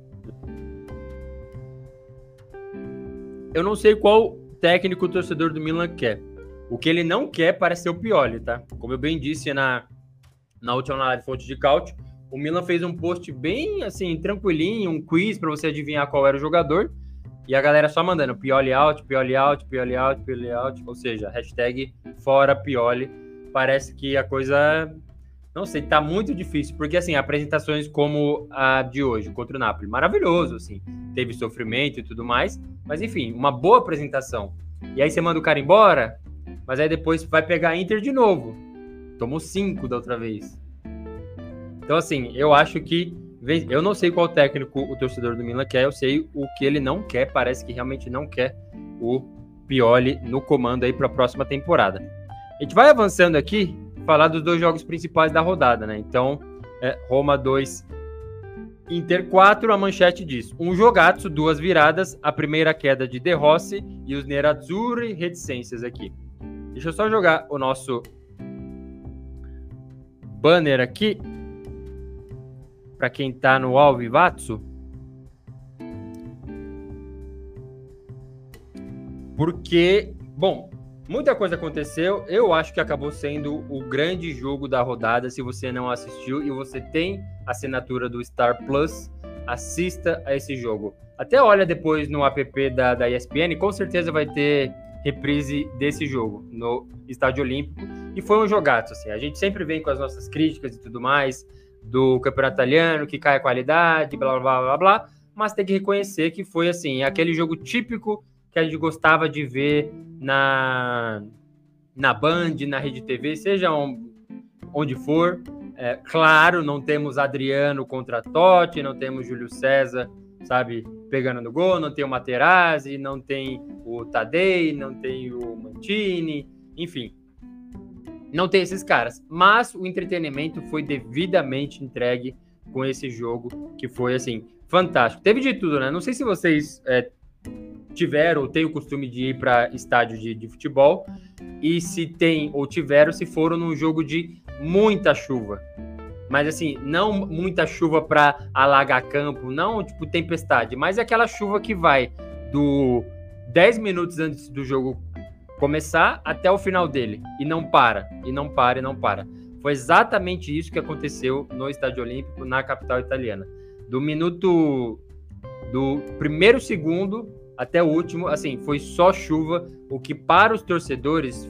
Eu não sei qual técnico o torcedor do Milan quer. O que ele não quer parece ser o Pioli, tá? Como eu bem disse na última live Fonte de Cálcio, o Milan fez um post bem, assim, tranquilinho, um quiz para você adivinhar qual era o jogador, e a galera só mandando Pioli out, Pioli out, Pioli out, Pioli out, ou seja, hashtag fora Pioli. Parece que a coisa, não sei, tá muito difícil, porque, assim, apresentações como a de hoje, contra o Napoli, maravilhoso, assim, teve sofrimento e tudo mais, mas, enfim, uma boa apresentação. E aí você manda o cara embora, mas aí depois vai pegar a Inter de novo. Tomou 5 da outra vez. Então, assim, eu acho que... Eu não sei qual técnico o torcedor do Milan quer, eu sei o que ele não quer, parece que realmente não quer o Pioli no comando aí para a próxima temporada. A gente vai avançando aqui, falar dos 2 jogos principais da rodada, né? Então, Roma 2, Inter 4, a manchete diz: um jogaço, 2 viradas, a primeira queda de De Rossi e os Nerazzurri reticências aqui. Deixa eu só jogar o nosso banner aqui. para quem tá no Ao Vivaço. Porque, bom, muita coisa aconteceu. Eu acho que acabou sendo o grande jogo da rodada. Se você não assistiu e você tem assinatura do Star Plus, assista a esse jogo. Até olha depois no app da ESPN, com certeza vai ter reprise desse jogo no Estádio Olímpico. E foi um jogaço, assim. A gente sempre vem com as nossas críticas e tudo mais do campeonato italiano, que cai a qualidade, blá, blá, blá, blá. Mas tem que reconhecer que foi, assim, aquele jogo típico que a gente gostava de ver na Band, na Rede TV, seja onde for. Claro, não temos Adriano contra Totti, não temos Júlio César, sabe, pegando no gol, não tem o Materazzi, não tem o Tadei, não tem o Mancini, enfim, não tem esses caras. Mas o entretenimento foi devidamente entregue com esse jogo, que foi, assim, fantástico. Teve de tudo, né? Não sei se vocês tiveram ou têm o costume de ir para estádio de futebol, e se tem ou tiveram, se foram num jogo de muita chuva. Mas assim, não muita chuva para alagar campo, não tipo tempestade, mas é aquela chuva que vai do 10 minutos antes do jogo começar até o final dele, e não para, e não para, e não para. Foi exatamente isso que aconteceu no Estádio Olímpico, na capital italiana. Do primeiro segundo até o último, assim, foi só chuva, o que para os torcedores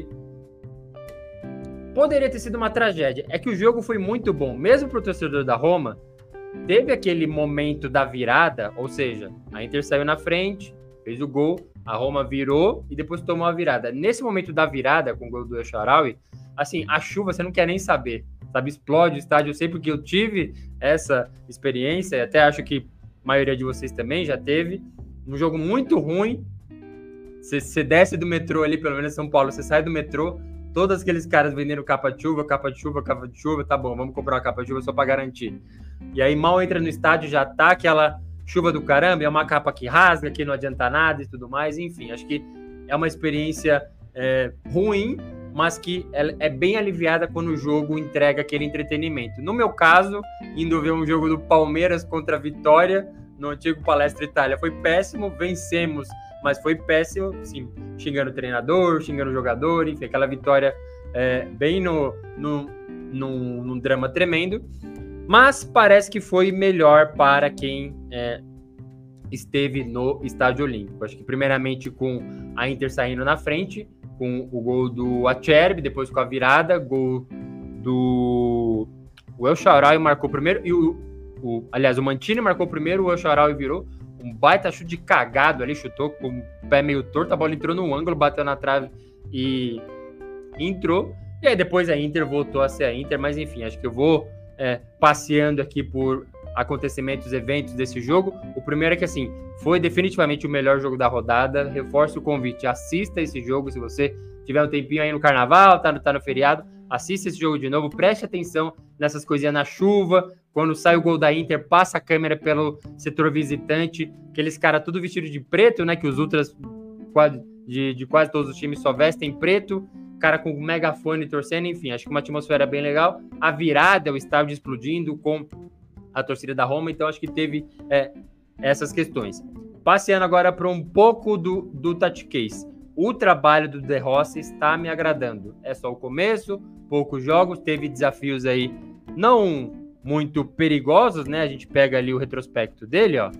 poderia ter sido uma tragédia. É que o jogo foi muito bom, mesmo para o torcedor da Roma, teve aquele momento da virada, ou seja, a Inter saiu na frente, fez o gol, a Roma virou e depois tomou a virada. Nesse momento da virada, com o gol do El Shaarawy, assim, a chuva você não quer nem saber, sabe, explode o estádio. Eu sei porque eu tive essa experiência, e até acho que a maioria de vocês também já teve. Um jogo muito ruim. Você desce do metrô ali, pelo menos em São Paulo, você sai do metrô, todos aqueles caras vendendo capa de chuva, tá bom, vamos comprar uma capa de chuva só pra garantir. E aí mal entra no estádio, já tá aquela chuva do caramba, é uma capa que rasga, que não adianta nada e tudo mais, enfim, acho que é uma experiência ruim, mas que é bem aliviada quando o jogo entrega aquele entretenimento. No meu caso, indo ver um jogo do Palmeiras contra a Vitória, no antigo Palestra Itália, foi péssimo, vencemos, mas foi péssimo, sim, xingando o treinador, xingando o jogador, enfim, aquela vitória bem num drama tremendo, mas parece que foi melhor para quem esteve no Estádio Olímpico. Acho que primeiramente com a Inter saindo na frente, com o gol do Acerbi, depois com a virada, gol do El Shaarawy marcou primeiro, e aliás, o Mancini marcou primeiro, o El Shaarawy virou, um baita chute de cagado ali, chutou com o pé meio torto, a bola entrou no ângulo, bateu na trave e entrou. E aí depois a Inter voltou a ser a Inter, mas enfim, acho que eu vou passeando aqui por acontecimentos, eventos desse jogo. O primeiro é que, assim, foi definitivamente o melhor jogo da rodada. Reforço o convite, assista esse jogo, se você tiver um tempinho aí no carnaval, tá no feriado, assista esse jogo de novo, preste atenção nessas coisinhas na chuva, quando sai o gol da Inter, passa a câmera pelo setor visitante, aqueles caras tudo vestido de preto, né, que os ultras de quase todos os times só vestem preto, cara com megafone torcendo, enfim, acho que uma atmosfera bem legal. A virada, o estádio explodindo com a torcida da Roma, então acho que teve essas questões. Passeando agora para um pouco do Tactics. O trabalho do De Rossi está me agradando. É só o começo, poucos jogos, teve desafios aí não muito perigosos, né? A gente pega ali o retrospecto dele, ó.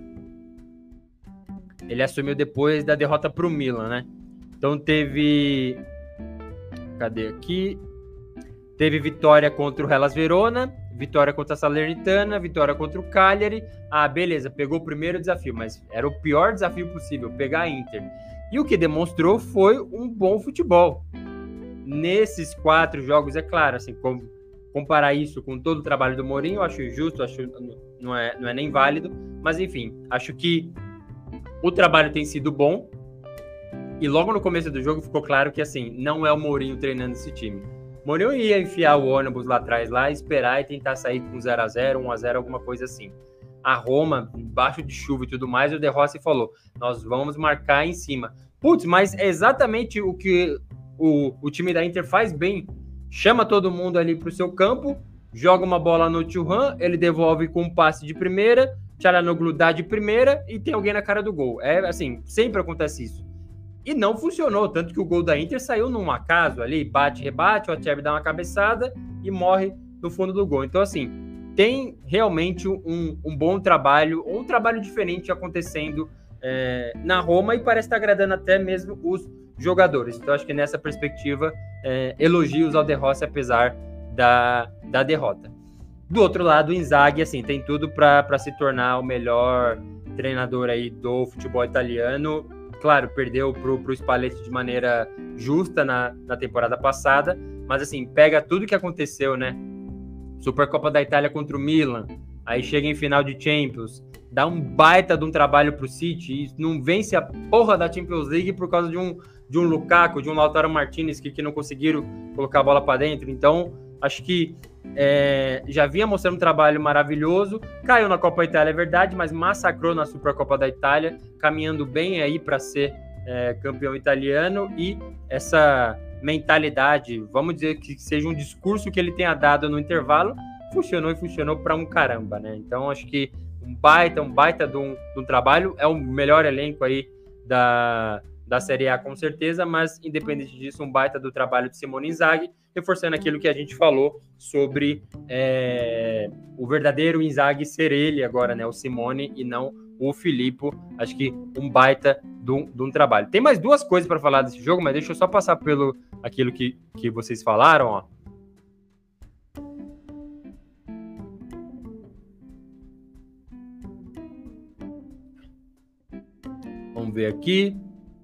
Ele assumiu depois da derrota para o Milan, né? Então teve... Cadê aqui? Teve vitória contra o Hellas Verona, vitória contra a Salernitana, vitória contra o Cagliari. Ah, beleza, pegou o primeiro desafio, mas era o pior desafio possível, pegar a Inter. E o que demonstrou foi um bom futebol. Nesses 4 jogos, é claro, assim, comparar isso com todo o trabalho do Mourinho, eu acho injusto, acho não é nem válido, mas enfim, acho que o trabalho tem sido bom. E logo no começo do jogo ficou claro que, assim, não é o Mourinho treinando esse time. O Mourinho ia enfiar o ônibus lá atrás, esperar e tentar sair com 0-0, 1-0, alguma coisa assim. A Roma, embaixo de chuva e tudo mais, o De Rossi falou, nós vamos marcar em cima. Putz, mas é exatamente o que o time da Inter faz bem. Chama todo mundo ali para o seu campo joga uma bola no Thuram, ele devolve com um passe de primeira, Çalhanoğlu dá de primeira e tem alguém na cara do gol. É assim, sempre acontece isso. E não funcionou, tanto que o gol da Inter saiu num acaso ali, bate, rebate, o Acerbi dá uma cabeçada e morre no fundo do gol. Então, assim, tem realmente um bom trabalho, um trabalho diferente acontecendo na Roma e parece estar agradando até mesmo os jogadores. Então, acho que nessa perspectiva, elogios ao De Rossi, apesar da derrota. Do outro lado, o Inzaghi, assim, tem tudo para se tornar o melhor treinador aí do futebol italiano. Claro, perdeu pro Spalletti de maneira justa na temporada passada, mas assim, pega tudo que aconteceu, né? Supercopa da Itália contra o Milan, aí chega em final de Champions, dá um baita de um trabalho pro City e não vence a porra da Champions League por causa de um Lukaku, de um Lautaro Martinez que não conseguiram colocar a bola para dentro. Então, acho que já vinha mostrando um trabalho maravilhoso, caiu na Copa Itália, é verdade, mas massacrou na Supercopa da Itália, caminhando bem aí para ser campeão italiano, e essa mentalidade, vamos dizer que seja um discurso que ele tenha dado no intervalo, funcionou para um caramba, né? Então acho que um baita de um trabalho, é o melhor elenco aí da Série A com certeza, mas independente disso, um baita do trabalho de Simone Inzaghi, reforçando aquilo que a gente falou sobre o verdadeiro Inzaghi ser ele agora, né? O Simone e não o Filippo. Acho que um baita de um trabalho. Tem mais duas coisas para falar desse jogo, mas deixa eu só passar pelo aquilo que vocês falaram, ó. Vamos ver aqui.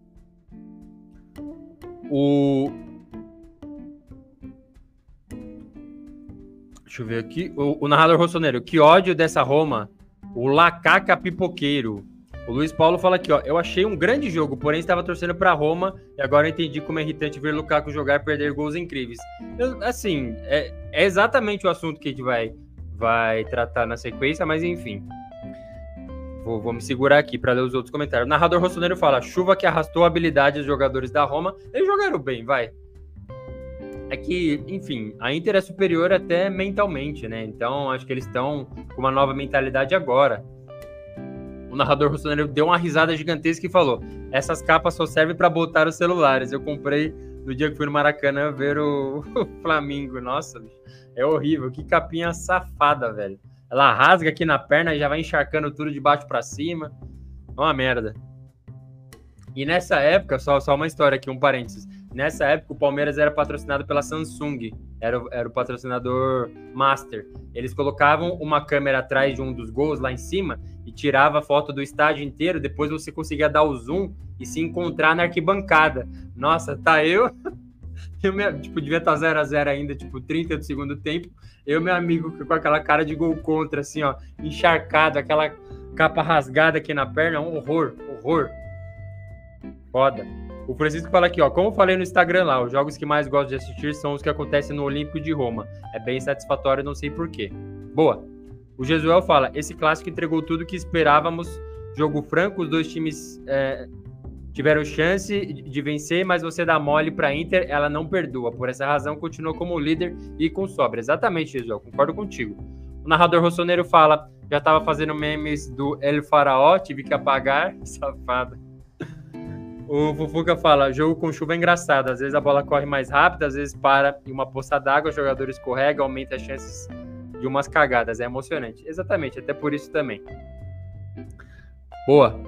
Deixa eu ver aqui. O narrador rossoneiro. Que ódio dessa Roma. O Lacaca pipoqueiro. O Luiz Paulo fala aqui, ó. Eu achei um grande jogo, porém estava torcendo para Roma e agora eu entendi como é irritante ver Lukaku jogar e perder gols incríveis. Assim, é exatamente o assunto que a gente vai tratar na sequência, mas enfim. Vou me segurar aqui para ler os outros comentários. O narrador rossoneiro fala: chuva que arrastou a habilidade dos jogadores da Roma. Eles jogaram bem, vai. É que, enfim, a Inter é superior até mentalmente, né? Então, acho que eles estão com uma nova mentalidade agora. O narrador rossoneiro deu uma risada gigantesca e falou: essas capas só servem para botar os celulares. Eu comprei no dia que fui no Maracanã ver o Flamengo. Nossa, bicho, é horrível. Que capinha safada, velho. Ela rasga aqui na perna e já vai encharcando tudo de baixo para cima. É uma merda. E nessa época, só uma história aqui, um parênteses. Nessa época, o Palmeiras era patrocinado pela Samsung. Era o patrocinador master. Eles colocavam uma câmera atrás de um dos gols lá em cima e tirava a foto do estádio inteiro. Depois você conseguia dar o zoom e se encontrar na arquibancada. Nossa, tá eu... devia estar 0-0 ainda, 30 do segundo tempo. Eu, meu amigo, com aquela cara de gol contra, assim, ó, encharcado, aquela capa rasgada aqui na perna, um horror. Foda. O Francisco fala aqui, ó, como eu falei no Instagram lá, os jogos que mais gosto de assistir são os que acontecem no Olímpico de Roma. É bem satisfatório, não sei porquê. Boa. O Jesuel fala, esse clássico entregou tudo que esperávamos, jogo franco, os dois times tiveram chance de vencer, mas você dá mole pra Inter, ela não perdoa. Por essa razão, continuou como líder e com sobra. Exatamente, Jesuel, concordo contigo. O narrador rossoneiro fala, já tava fazendo memes do El Faraó, tive que apagar, safado. O Fufuca fala, jogo com chuva é engraçado, às vezes a bola corre mais rápido, às vezes para em uma poça d'água, o jogador escorrega, aumenta as chances de umas cagadas, é emocionante. Exatamente, até por isso também. Boa.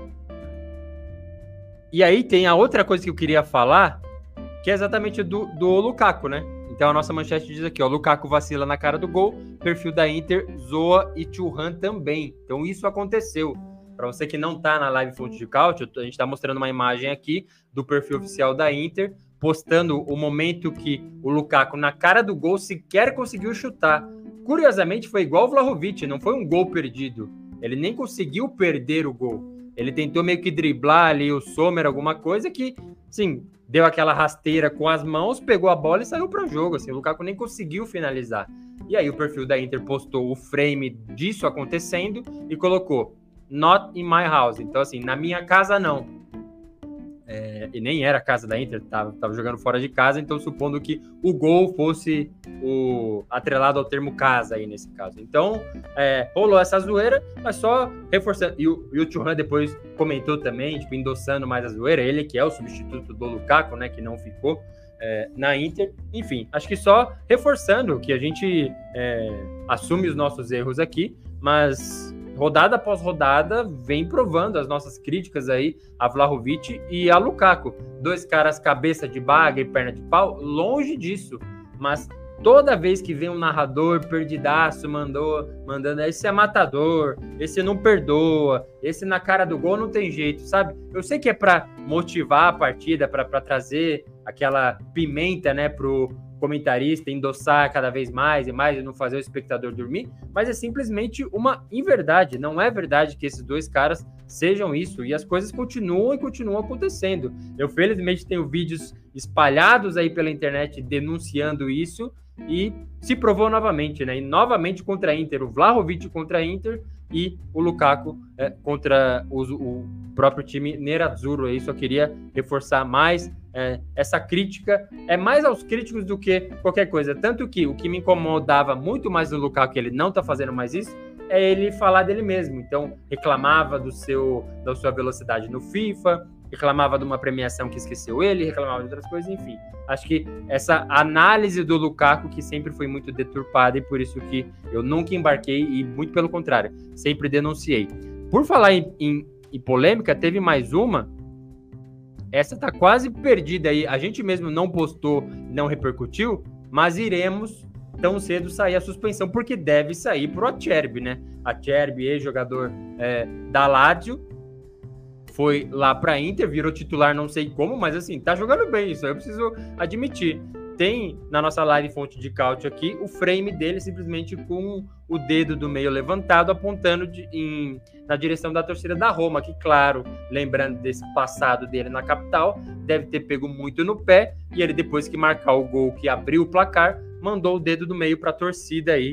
E aí tem a outra coisa que eu queria falar, que é exatamente do Lukaku, né? Então a nossa manchete diz aqui, ó, Lukaku vacila na cara do gol, perfil da Inter zoa e Thuram também. Então isso aconteceu. Para você que não está na live Fonte de Cálcio, a gente está mostrando uma imagem aqui do perfil oficial da Inter, postando o momento que o Lukaku, na cara do gol, sequer conseguiu chutar. Curiosamente, foi igual o Vlahovic, não foi um gol perdido. Ele nem conseguiu perder o gol. Ele tentou meio que driblar ali o Sommer, alguma coisa que, sim, deu aquela rasteira com as mãos, pegou a bola e saiu para o jogo. Assim, o Lukaku nem conseguiu finalizar. E aí o perfil da Inter postou o frame disso acontecendo e colocou Not in my house. Então, assim, na minha casa, não. e nem era a casa da Inter, tava jogando fora de casa, então supondo que o gol fosse atrelado ao termo casa aí nesse caso. Então, rolou essa zoeira, mas só reforçando. E o Thuram depois comentou também, tipo, endossando mais a zoeira, ele que é o substituto do Lukaku, né, que não ficou na Inter. Enfim, acho que só reforçando que a gente assume os nossos erros aqui, mas rodada após rodada vem provando as nossas críticas aí a Vlahovic e a Lukaku. 2 caras cabeça de baga e perna de pau, longe disso, mas toda vez que vem um narrador perdidaço mandando esse é matador, esse não perdoa, esse na cara do gol não tem jeito, sabe? Eu sei que é para motivar a partida, para trazer aquela pimenta, né, pro comentarista endossar cada vez mais e mais e não fazer o espectador dormir, mas é simplesmente uma inverdade. Não é verdade que esses 2 caras sejam isso, e as coisas continuam acontecendo. Eu felizmente tenho vídeos espalhados aí pela internet denunciando isso, e se provou novamente, né? E novamente contra a Inter, o Vlahovic contra a Inter e o Lukaku contra o próprio time nerazzurro. Aí só queria reforçar mais essa crítica, mais aos críticos do que qualquer coisa. Tanto que o que me incomodava muito mais no Lukaku, que ele não tá fazendo mais isso, é ele falar dele mesmo. Então, reclamava da sua velocidade no FIFA, reclamava de uma premiação que esqueceu ele, reclamava de outras coisas, enfim. Acho que essa análise do Lukaku que sempre foi muito deturpada, e por isso que eu nunca embarquei, e muito pelo contrário, sempre denunciei. Por falar em polêmica, teve mais uma, essa tá quase perdida aí, a gente mesmo não postou, não repercutiu, mas iremos tão cedo sair a suspensão, porque deve sair pro Acerbi, né? Acerbi, ex-jogador da Lazio, foi lá pra Inter, virou titular não sei como, mas assim, tá jogando bem, isso aí eu preciso admitir. Tem na nossa live Fonte de Cálcio aqui o frame dele simplesmente com o dedo do meio levantado, apontando na direção da torcida da Roma, que, claro, lembrando desse passado dele na capital, deve ter pego muito no pé, e ele, depois que marcar o gol que abriu o placar, mandou o dedo do meio para a torcida aí,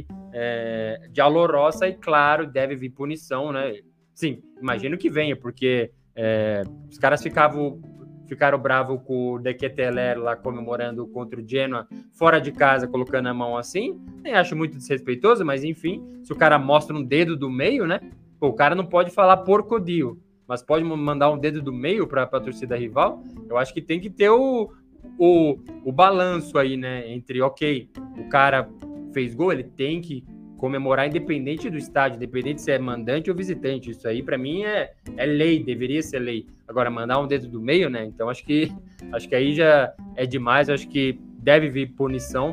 de Alorosa, e, claro, deve vir punição, né? Sim, imagino que venha, porque os caras ficaram bravos com o De Ketelaere lá comemorando contra o Genoa fora de casa, colocando a mão assim. Nem acho muito desrespeitoso, mas enfim, se o cara mostra um dedo do meio, né? Pô, o cara não pode falar porcodio, mas pode mandar um dedo do meio para a torcida rival. Eu acho que tem que ter o balanço aí, né? Entre, ok, o cara fez gol, ele tem que comemorar independente do estádio, independente se é mandante ou visitante. Isso aí, para mim, é lei, deveria ser lei. Agora, mandar um dedo do meio, né? Então, acho que aí já é demais. Acho que deve vir punição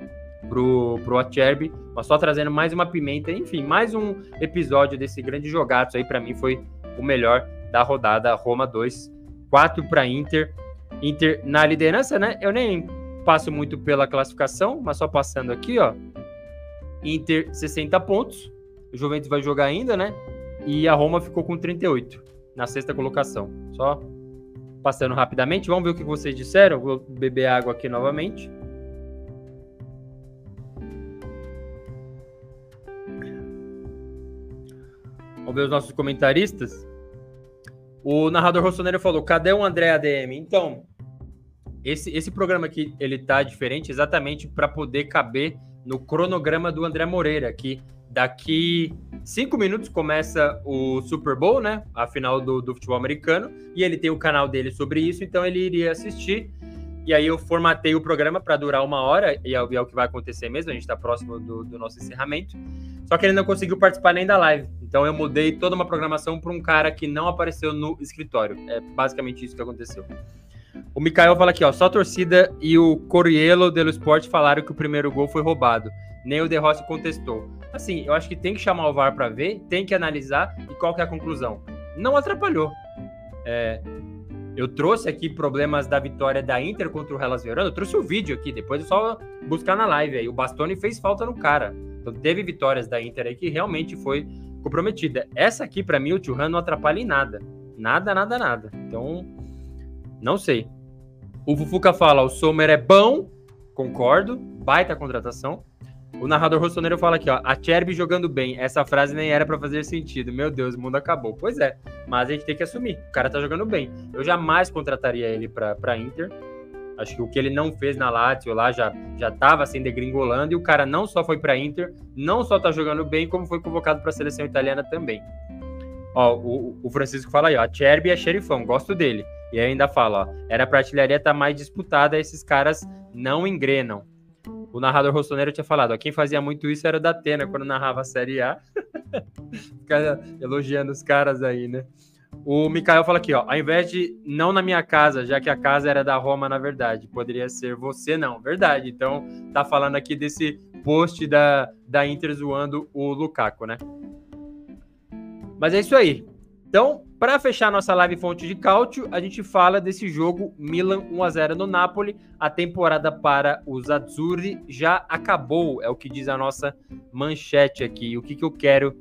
pro Acerbi, mas só trazendo mais uma pimenta. Enfim, mais um episódio desse grande jogaço aí, para mim, foi o melhor da rodada. Roma 2, 4 para Inter. Inter na liderança, né? Eu nem passo muito pela classificação, mas só passando aqui, ó. Inter 60 pontos, o Juventus vai jogar ainda, né? E a Roma ficou com 38 na 6ª colocação. Só passando rapidamente, vamos ver o que vocês disseram. Vou beber água aqui novamente. Vamos ver os nossos comentaristas. O narrador rossoneiro falou: cadê o André ADM? Então, esse programa aqui, ele tá diferente exatamente para poder caber no cronograma do André Moreira, que daqui 5 minutos começa o Super Bowl, né? A final do futebol americano, e ele tem o canal dele sobre isso, então ele iria assistir. E aí eu formatei o programa para durar 1 hora, e é o que vai acontecer mesmo, a gente está próximo do nosso encerramento. Só que ele não conseguiu participar nem da live, então eu mudei toda uma programação para um cara que não apareceu no escritório. É basicamente isso que aconteceu. O Mikael fala aqui, ó, só a torcida e o Corriere dello Sport falaram que o primeiro gol foi roubado. Nem o De Rossi contestou. Assim, eu acho que tem que chamar o VAR para ver, tem que analisar, e qual que é a conclusão? Não atrapalhou. Eu trouxe aqui problemas da vitória da Inter contra o Hellas Verona, eu trouxe o vídeo aqui, depois é só buscar na live aí. O Bastoni fez falta no cara. Então teve vitórias da Inter aí que realmente foi comprometida. Essa aqui, para mim, o Thuram não atrapalha em nada. Nada. Então, não sei. O Fufuca fala, o Sommer é bom, concordo, baita contratação. O narrador rossoneiro fala aqui, ó, a Acerbi jogando bem. Essa frase nem era pra fazer sentido. Meu Deus, o mundo acabou. Pois é, mas a gente tem que assumir. O cara tá jogando bem. Eu jamais contrataria ele pra Inter. Acho que o que ele não fez na Lazio lá já tava assim degringolando. E o cara não só foi pra Inter, não só tá jogando bem, como foi convocado pra seleção italiana também. Ó, o Francisco fala aí, ó, a Acerbi é xerifão, gosto dele. E ainda fala, ó, era pra artilharia estar mais disputada, esses caras não engrenam. O narrador rossoneiro tinha falado, ó, quem fazia muito isso era o Datena, quando narrava a Série A. Fica elogiando os caras aí, né? O Mikael fala aqui, ó, ao invés de não na minha casa, já que a casa era da Roma, na verdade, poderia ser você, não. Verdade, então tá falando aqui desse post da Inter zoando o Lukaku, né? Mas é isso aí. Então, para fechar nossa live Fonte de Cálcio, a gente fala desse jogo Milan 1-0 no Napoli. A temporada para os Azzurri já acabou, é o que diz a nossa manchete aqui. O que eu quero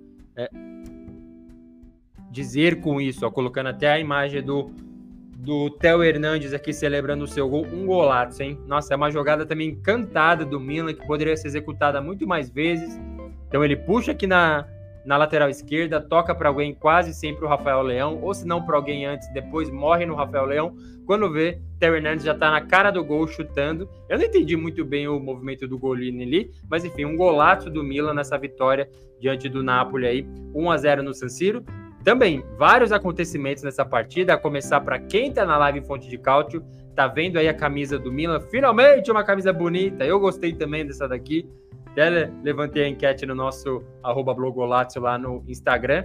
dizer com isso? Ó, colocando até a imagem do Theo Hernandes aqui celebrando o seu gol. Um golaço, hein? Nossa, é uma jogada também encantada do Milan, que poderia ser executada muito mais vezes. Então ele puxa aqui na lateral esquerda, toca para alguém, quase sempre o Rafael Leão, ou se não para alguém antes, depois morre no Rafael Leão. Quando vê, Theo Hernandes já tá na cara do gol chutando. Eu não entendi muito bem o movimento do Golini ali, mas enfim, um golaço do Milan nessa vitória diante do Napoli aí, 1-0 no San Siro. Também vários acontecimentos nessa partida, a começar para quem tá na live Fonte de Cálcio, tá vendo aí a camisa do Milan, finalmente uma camisa bonita, eu gostei também dessa daqui. Até levantei a enquete no nosso @blogolazio lá no Instagram,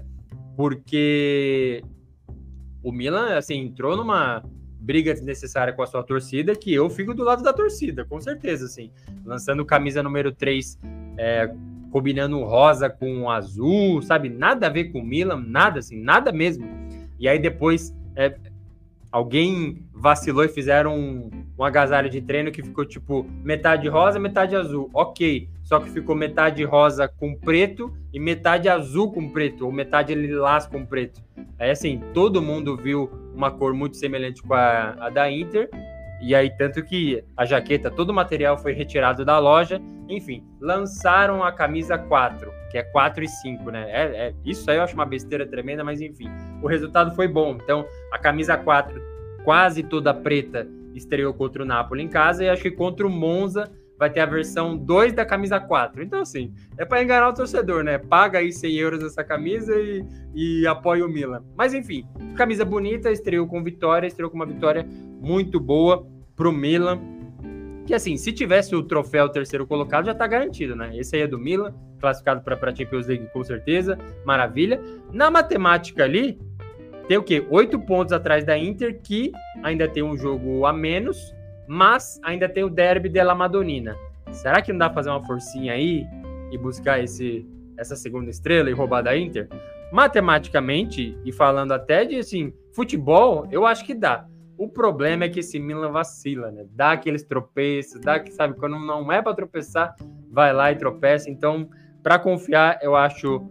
porque o Milan, assim, entrou numa briga desnecessária com a sua torcida, que eu fico do lado da torcida, com certeza, assim. Lançando camisa número 3, combinando rosa com azul, sabe? Nada a ver com o Milan, nada, assim, nada mesmo. E aí depois alguém vacilou e fizeram um agasalho de treino que ficou tipo metade rosa, metade azul. Ok, só que ficou metade rosa com preto e metade azul com preto, ou metade lilás com preto. Aí assim, todo mundo viu uma cor muito semelhante com a da Inter, e aí tanto que a jaqueta, todo o material foi retirado da loja. Enfim, lançaram a camisa 4, que é 4 e 5, né? Isso aí eu acho uma besteira tremenda, mas enfim, o resultado foi bom. Então, a camisa 4, quase toda preta, estreou contra o Napoli em casa, e acho que contra o Monza vai ter a versão 2 da camisa 4. Então, assim, é para enganar o torcedor, né? Paga aí 100 euros nessa camisa e apoia o Milan. Mas, enfim, camisa bonita, estreou com uma vitória muito boa pro Milan. Que, assim, se tivesse o troféu terceiro colocado, já tá garantido, né? Esse aí é do Milan, classificado para Champions League com certeza, maravilha. Na matemática ali, tem o quê? 8 pontos atrás da Inter, que ainda tem um jogo a menos, mas ainda tem o derby della Madonnina. Será que não dá pra fazer uma forcinha aí e buscar essa segunda estrela e roubar da Inter? Matematicamente, e falando até de, assim, futebol, eu acho que dá. O problema é que esse Milan vacila, né? Dá aqueles tropeços, sabe, quando não é para tropeçar, vai lá e tropeça. Então, para confiar, eu acho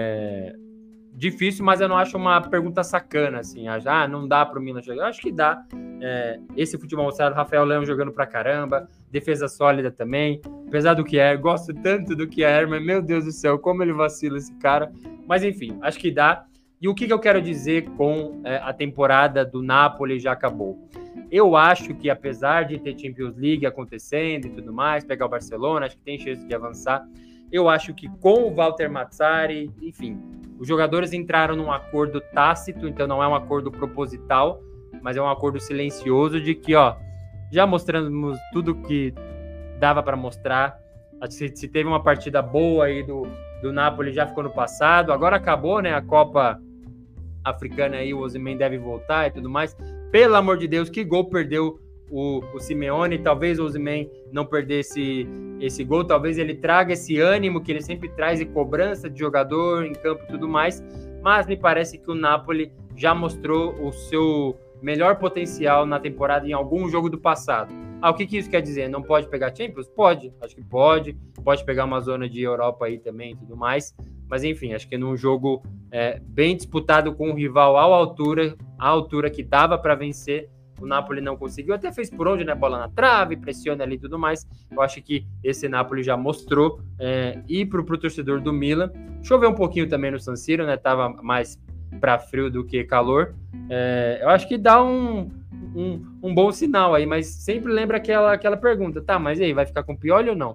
difícil, mas eu não acho uma pergunta sacana, assim. Não dá para o Milan jogar. Eu acho que dá. Esse futebol mostrado, Rafael Leão jogando pra caramba, defesa sólida também. Apesar do Kjaer, gosto tanto do Kjaer, mas meu Deus do céu, como ele vacila esse cara. Mas enfim, acho que dá. E o que eu quero dizer com a temporada do Napoli já acabou? Eu acho que, apesar de ter Champions League acontecendo e tudo mais, pegar o Barcelona, acho que tem chance de avançar. Eu acho que com o Walter Mazzarri, enfim, os jogadores entraram num acordo tácito, então não é um acordo proposital, mas é um acordo silencioso de que, ó, já mostramos tudo que dava para mostrar. Se teve uma partida boa aí do Napoli, já ficou no passado. Agora acabou, né, a Copa Africana aí, o Osimhen deve voltar e tudo mais. Pelo amor de Deus, que gol perdeu o Simeone. Talvez o Osimhen não perdesse esse gol, talvez ele traga esse ânimo que ele sempre traz, e cobrança de jogador em campo e tudo mais, mas me parece que o Napoli já mostrou o seu melhor potencial na temporada em algum jogo do passado. O que isso quer dizer? Não pode pegar Champions? Pode, acho que pode pegar uma zona de Europa aí também e tudo mais, mas enfim, acho que num jogo bem disputado com um rival à altura que dava para vencer, o Napoli não conseguiu, até fez por onde, né? Bola na trave, pressiona ali e tudo mais. Eu acho que esse Napoli já mostrou, e pro torcedor do Milan, choveu um pouquinho também no San Siro, né? Tava mais para frio do que calor. Eu acho que dá um bom sinal aí, mas sempre lembra aquela pergunta, tá, mas e aí, vai ficar com Pioli ou não?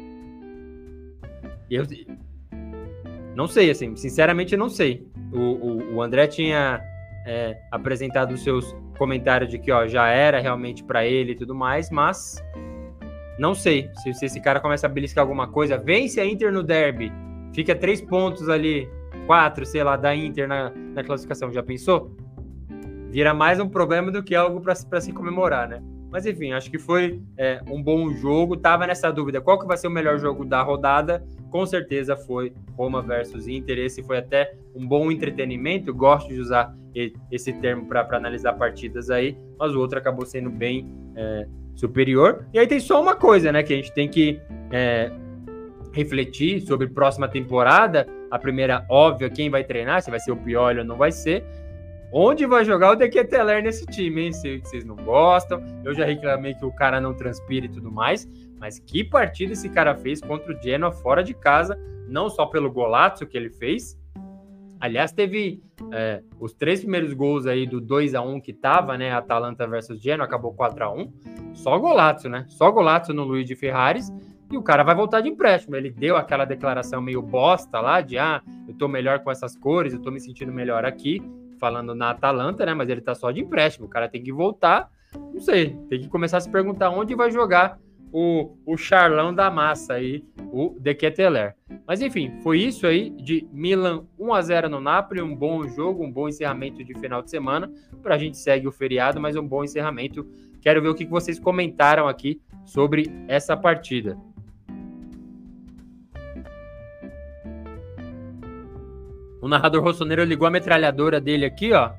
Eu não sei, assim, sinceramente eu não sei. O André tinha apresentado os seus comentários de que já era realmente para ele e tudo mais, mas não sei se esse cara começa a beliscar alguma coisa, vence a Inter no derby, fica 3 pontos ali, 4, sei lá, da Inter na classificação, já pensou? Vira mais um problema do que algo para se comemorar, né? Mas enfim, acho que foi um bom jogo. Tava nessa dúvida, qual que vai ser o melhor jogo da rodada? Com certeza foi Roma versus Inter. Esse foi até um bom entretenimento. Eu gosto de usar esse termo para analisar partidas aí, mas o outro acabou sendo bem superior. E aí tem só uma coisa, né, que a gente tem que refletir sobre próxima temporada. A primeira, óbvio, quem vai treinar, se vai ser o Pioli ou não vai ser. Onde vai jogar o De Ketelaere nesse time, hein? Sei que vocês não gostam. Eu já reclamei que o cara não transpira e tudo mais. Mas que partida esse cara fez contra o Genoa fora de casa. Não só pelo golaço que ele fez. Aliás, teve os 3 primeiros gols aí do 2-1 que tava, né? Atalanta versus Genoa, acabou 4-1. Só golaço, né? Só golaço no Luigi Ferraris. E o cara vai voltar de empréstimo. Ele deu aquela declaração meio bosta lá de eu tô melhor com essas cores, eu tô me sentindo melhor aqui. Falando na Atalanta, né? Mas ele tá só de empréstimo. O cara tem que voltar. Não sei. Tem que começar a se perguntar onde vai jogar o Charlão da massa aí, o De Ketelaere. Mas enfim, foi isso aí de Milan 1-0 no Napoli. Um bom jogo, um bom encerramento de final de semana. Pra gente segue o feriado, mas um bom encerramento. Quero ver o que vocês comentaram aqui sobre essa partida. O narrador rossoneiro ligou a metralhadora dele aqui, ó.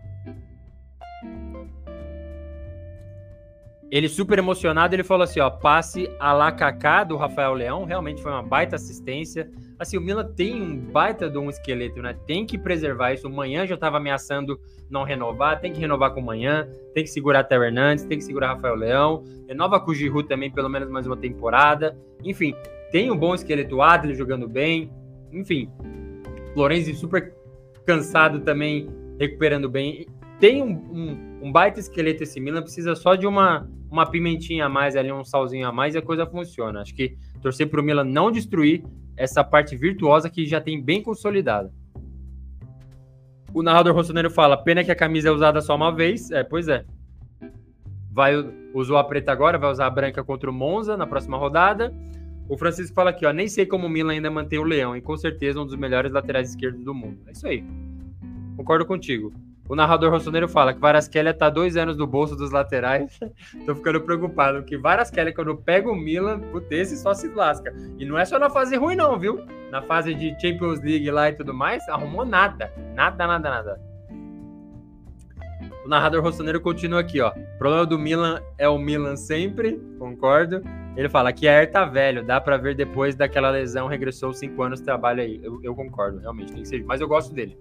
Ele super emocionado, ele falou assim, ó, passe a la Kaká do Rafael Leão, realmente foi uma baita assistência. Assim, o Milan tem um baita de um esqueleto, né? Tem que preservar isso. O Manhã já estava ameaçando não renovar, tem que renovar com o Manhã, tem que segurar Theo Hernandes, tem que segurar Rafael Leão, renova com o Giroud também, pelo menos mais uma temporada. Enfim, tem um bom esqueleto, o Adli jogando bem, enfim... Florenzi super cansado também, recuperando bem. Tem um baita esqueleto esse Milan, precisa só de uma pimentinha a mais ali, um salzinho a mais e a coisa funciona. Acho que torcer para o Milan não destruir essa parte virtuosa que já tem bem consolidada. O narrador rossoneiro fala, pena que a camisa é usada só uma vez. Pois é. Usou a preta agora, vai usar a branca contra o Monza na próxima rodada. O Francisco fala aqui, ó, nem sei como o Milan ainda mantém o Leão, e com certeza um dos melhores laterais esquerdos do mundo. É isso aí. Concordo contigo. O narrador rossoneiro fala que Kvaratskhelia tá 2 anos no bolso dos laterais. Tô ficando preocupado, porque Kvaratskhelia, quando pega o Milan, esse só se lasca. E não é só na fase ruim não, viu? Na fase de Champions League lá e tudo mais, arrumou nada. Nada. O narrador rossoneiro continua aqui, ó. O problema do Milan é o Milan sempre, concordo. Ele fala que Ayer tá velho, dá pra ver depois daquela lesão, regressou 5 anos de trabalho aí. Eu concordo, realmente, tem que ser. Mas eu gosto dele.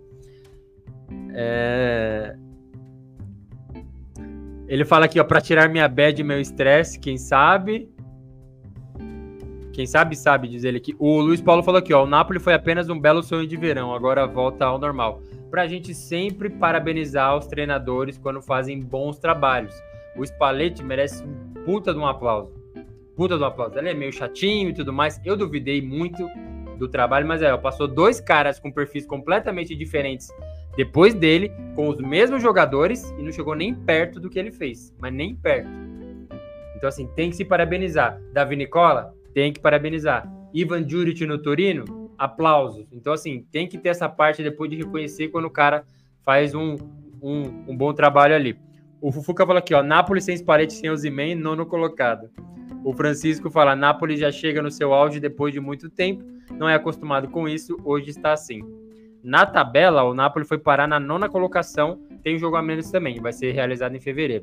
Ele fala aqui, ó, pra tirar minha bad e meu estresse, quem sabe... Quem sabe, diz ele aqui. O Luiz Paulo falou aqui, ó, o Napoli foi apenas um belo sonho de verão, agora volta ao normal. Pra gente sempre parabenizar os treinadores quando fazem bons trabalhos. O Spalletti merece um puta de um aplauso. Ele é meio chatinho e tudo mais. Eu duvidei muito do trabalho, mas passou 2 caras com perfis completamente diferentes depois dele, com os mesmos jogadores, e não chegou nem perto do que ele fez. Mas nem perto. Então, assim, tem que se parabenizar. Davi Nicola, tem que parabenizar. Ivan Juric no Torino, aplausos. Então, assim, tem que ter essa parte depois de reconhecer quando o cara faz um bom trabalho ali. O Fufuca fala aqui, ó, Napoli sem Spalletti, sem Osimhen, 9º colocado. O Francisco fala, Napoli já chega no seu auge depois de muito tempo, não é acostumado com isso, hoje está assim. Na tabela, o Napoli foi parar na 9ª colocação, tem um jogo a menos também, vai ser realizado em fevereiro.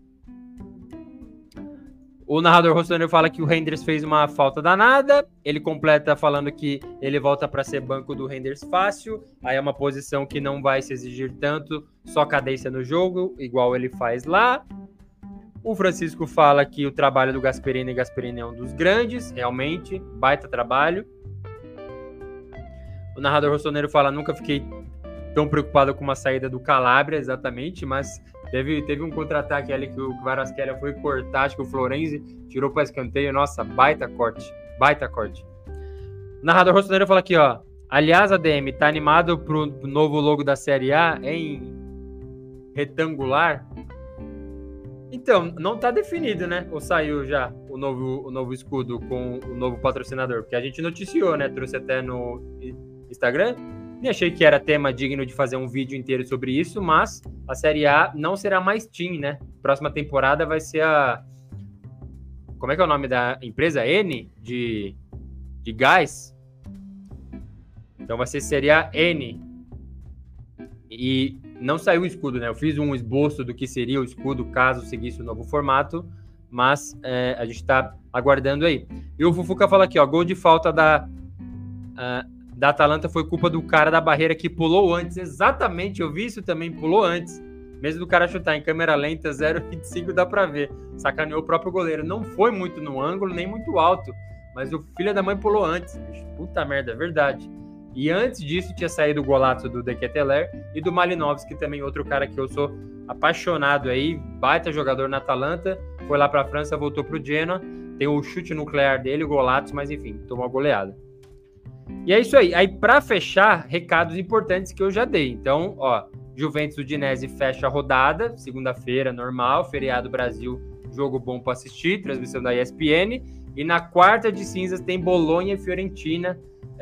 O narrador rossoneiro fala que o Reinders fez uma falta danada, ele completa falando que ele volta para ser banco do Reinders fácil, aí é uma posição que não vai se exigir tanto, só cadência no jogo, igual ele faz lá. O Francisco fala que o trabalho do Gasperini é um dos grandes, realmente, baita trabalho. O narrador rossoneiro fala, nunca fiquei tão preocupado com uma saída do Calabria, exatamente, mas teve um contra-ataque ali que o Kvaratskhelia foi cortar, acho que o Florenzi tirou para escanteio, nossa, baita corte. O narrador rossoneiro fala aqui, ó, aliás, ADM, tá animado pro novo logo da Série A em retangular? Então, não tá definido, né? Ou saiu já o novo escudo com o novo patrocinador? Porque a gente noticiou, né? Trouxe até no Instagram. Nem achei que era tema digno de fazer um vídeo inteiro sobre isso, mas a Série A não será mais Team, né? Próxima temporada vai ser a... Como é que é o nome da empresa? N? De gás? Então vai ser Série A N. E não saiu o escudo, né? Eu fiz um esboço do que seria o escudo caso seguisse o novo formato, mas a gente tá aguardando aí. E o Fufuca fala aqui, ó, gol de falta da Atalanta foi culpa do cara da barreira que pulou antes. Exatamente, eu vi isso também, pulou antes. Mesmo do cara chutar em câmera lenta, 0,25 dá pra ver. Sacaneou o próprio goleiro. Não foi muito no ângulo, nem muito alto, mas o filho da mãe pulou antes. Puta merda, é verdade. E antes disso tinha saído o golaço do De Ketelaere e do Malinovski, também outro cara que eu sou apaixonado aí, baita jogador na Atalanta, foi lá pra França, voltou pro Genoa, tem o chute nuclear dele, o golaço, mas enfim, tomou a goleada. E é isso aí. Aí pra fechar, recados importantes que eu já dei. Então, ó, Juventus Udinese fecha a rodada, segunda-feira, normal, feriado Brasil, jogo bom pra assistir, transmissão da ESPN, e na quarta de cinzas tem Bolonha e Fiorentina,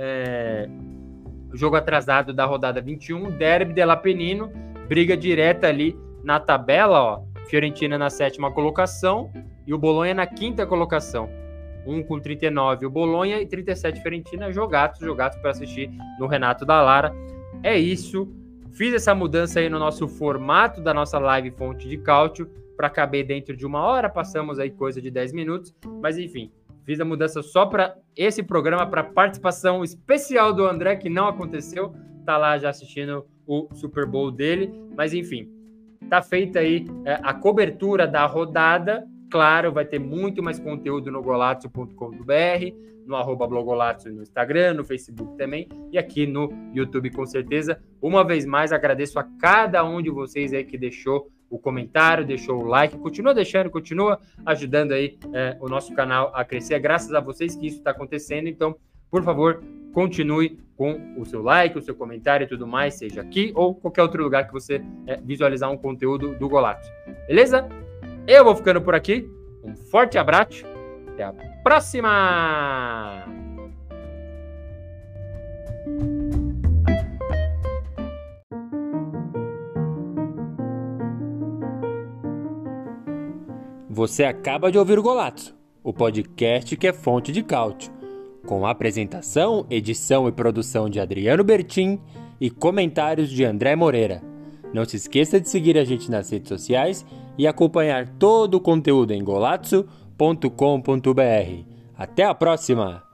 jogo atrasado da rodada 21, Derby dell'Apennino, briga direta ali na tabela, ó, Fiorentina na 7ª colocação e o Bolonha na 5ª colocação, com 39 o Bolonha e 37 Fiorentina, jogatos para assistir no Renato da Lara. É isso, fiz essa mudança aí no nosso formato da nossa live Fonte de Cálcio para caber dentro de 1 hora, passamos aí coisa de 10 minutos, mas enfim, fiz a mudança só para esse programa, para participação especial do André, que não aconteceu. Tá lá já assistindo o Super Bowl dele. Mas, enfim, tá feita aí a cobertura da rodada. Claro, vai ter muito mais conteúdo no golazzo.com.br, no @blogolazzo no Instagram, no Facebook também, e aqui no YouTube, com certeza. Uma vez mais, agradeço a cada um de vocês aí que deixou o comentário, deixou o like, continua deixando, continua ajudando aí o nosso canal a crescer. É graças a vocês que isso está acontecendo, então, por favor, continue com o seu like, o seu comentário e tudo mais, seja aqui ou qualquer outro lugar que você visualizar um conteúdo do Golazzo. Beleza? Eu vou ficando por aqui, um forte abraço, até a próxima! Você acaba de ouvir o Golazzo, o podcast que é fonte de cálcio, com apresentação, edição e produção de Adriano Bertin e comentários de André Moreira. Não se esqueça de seguir a gente nas redes sociais e acompanhar todo o conteúdo em golazzo.com.br. Até a próxima!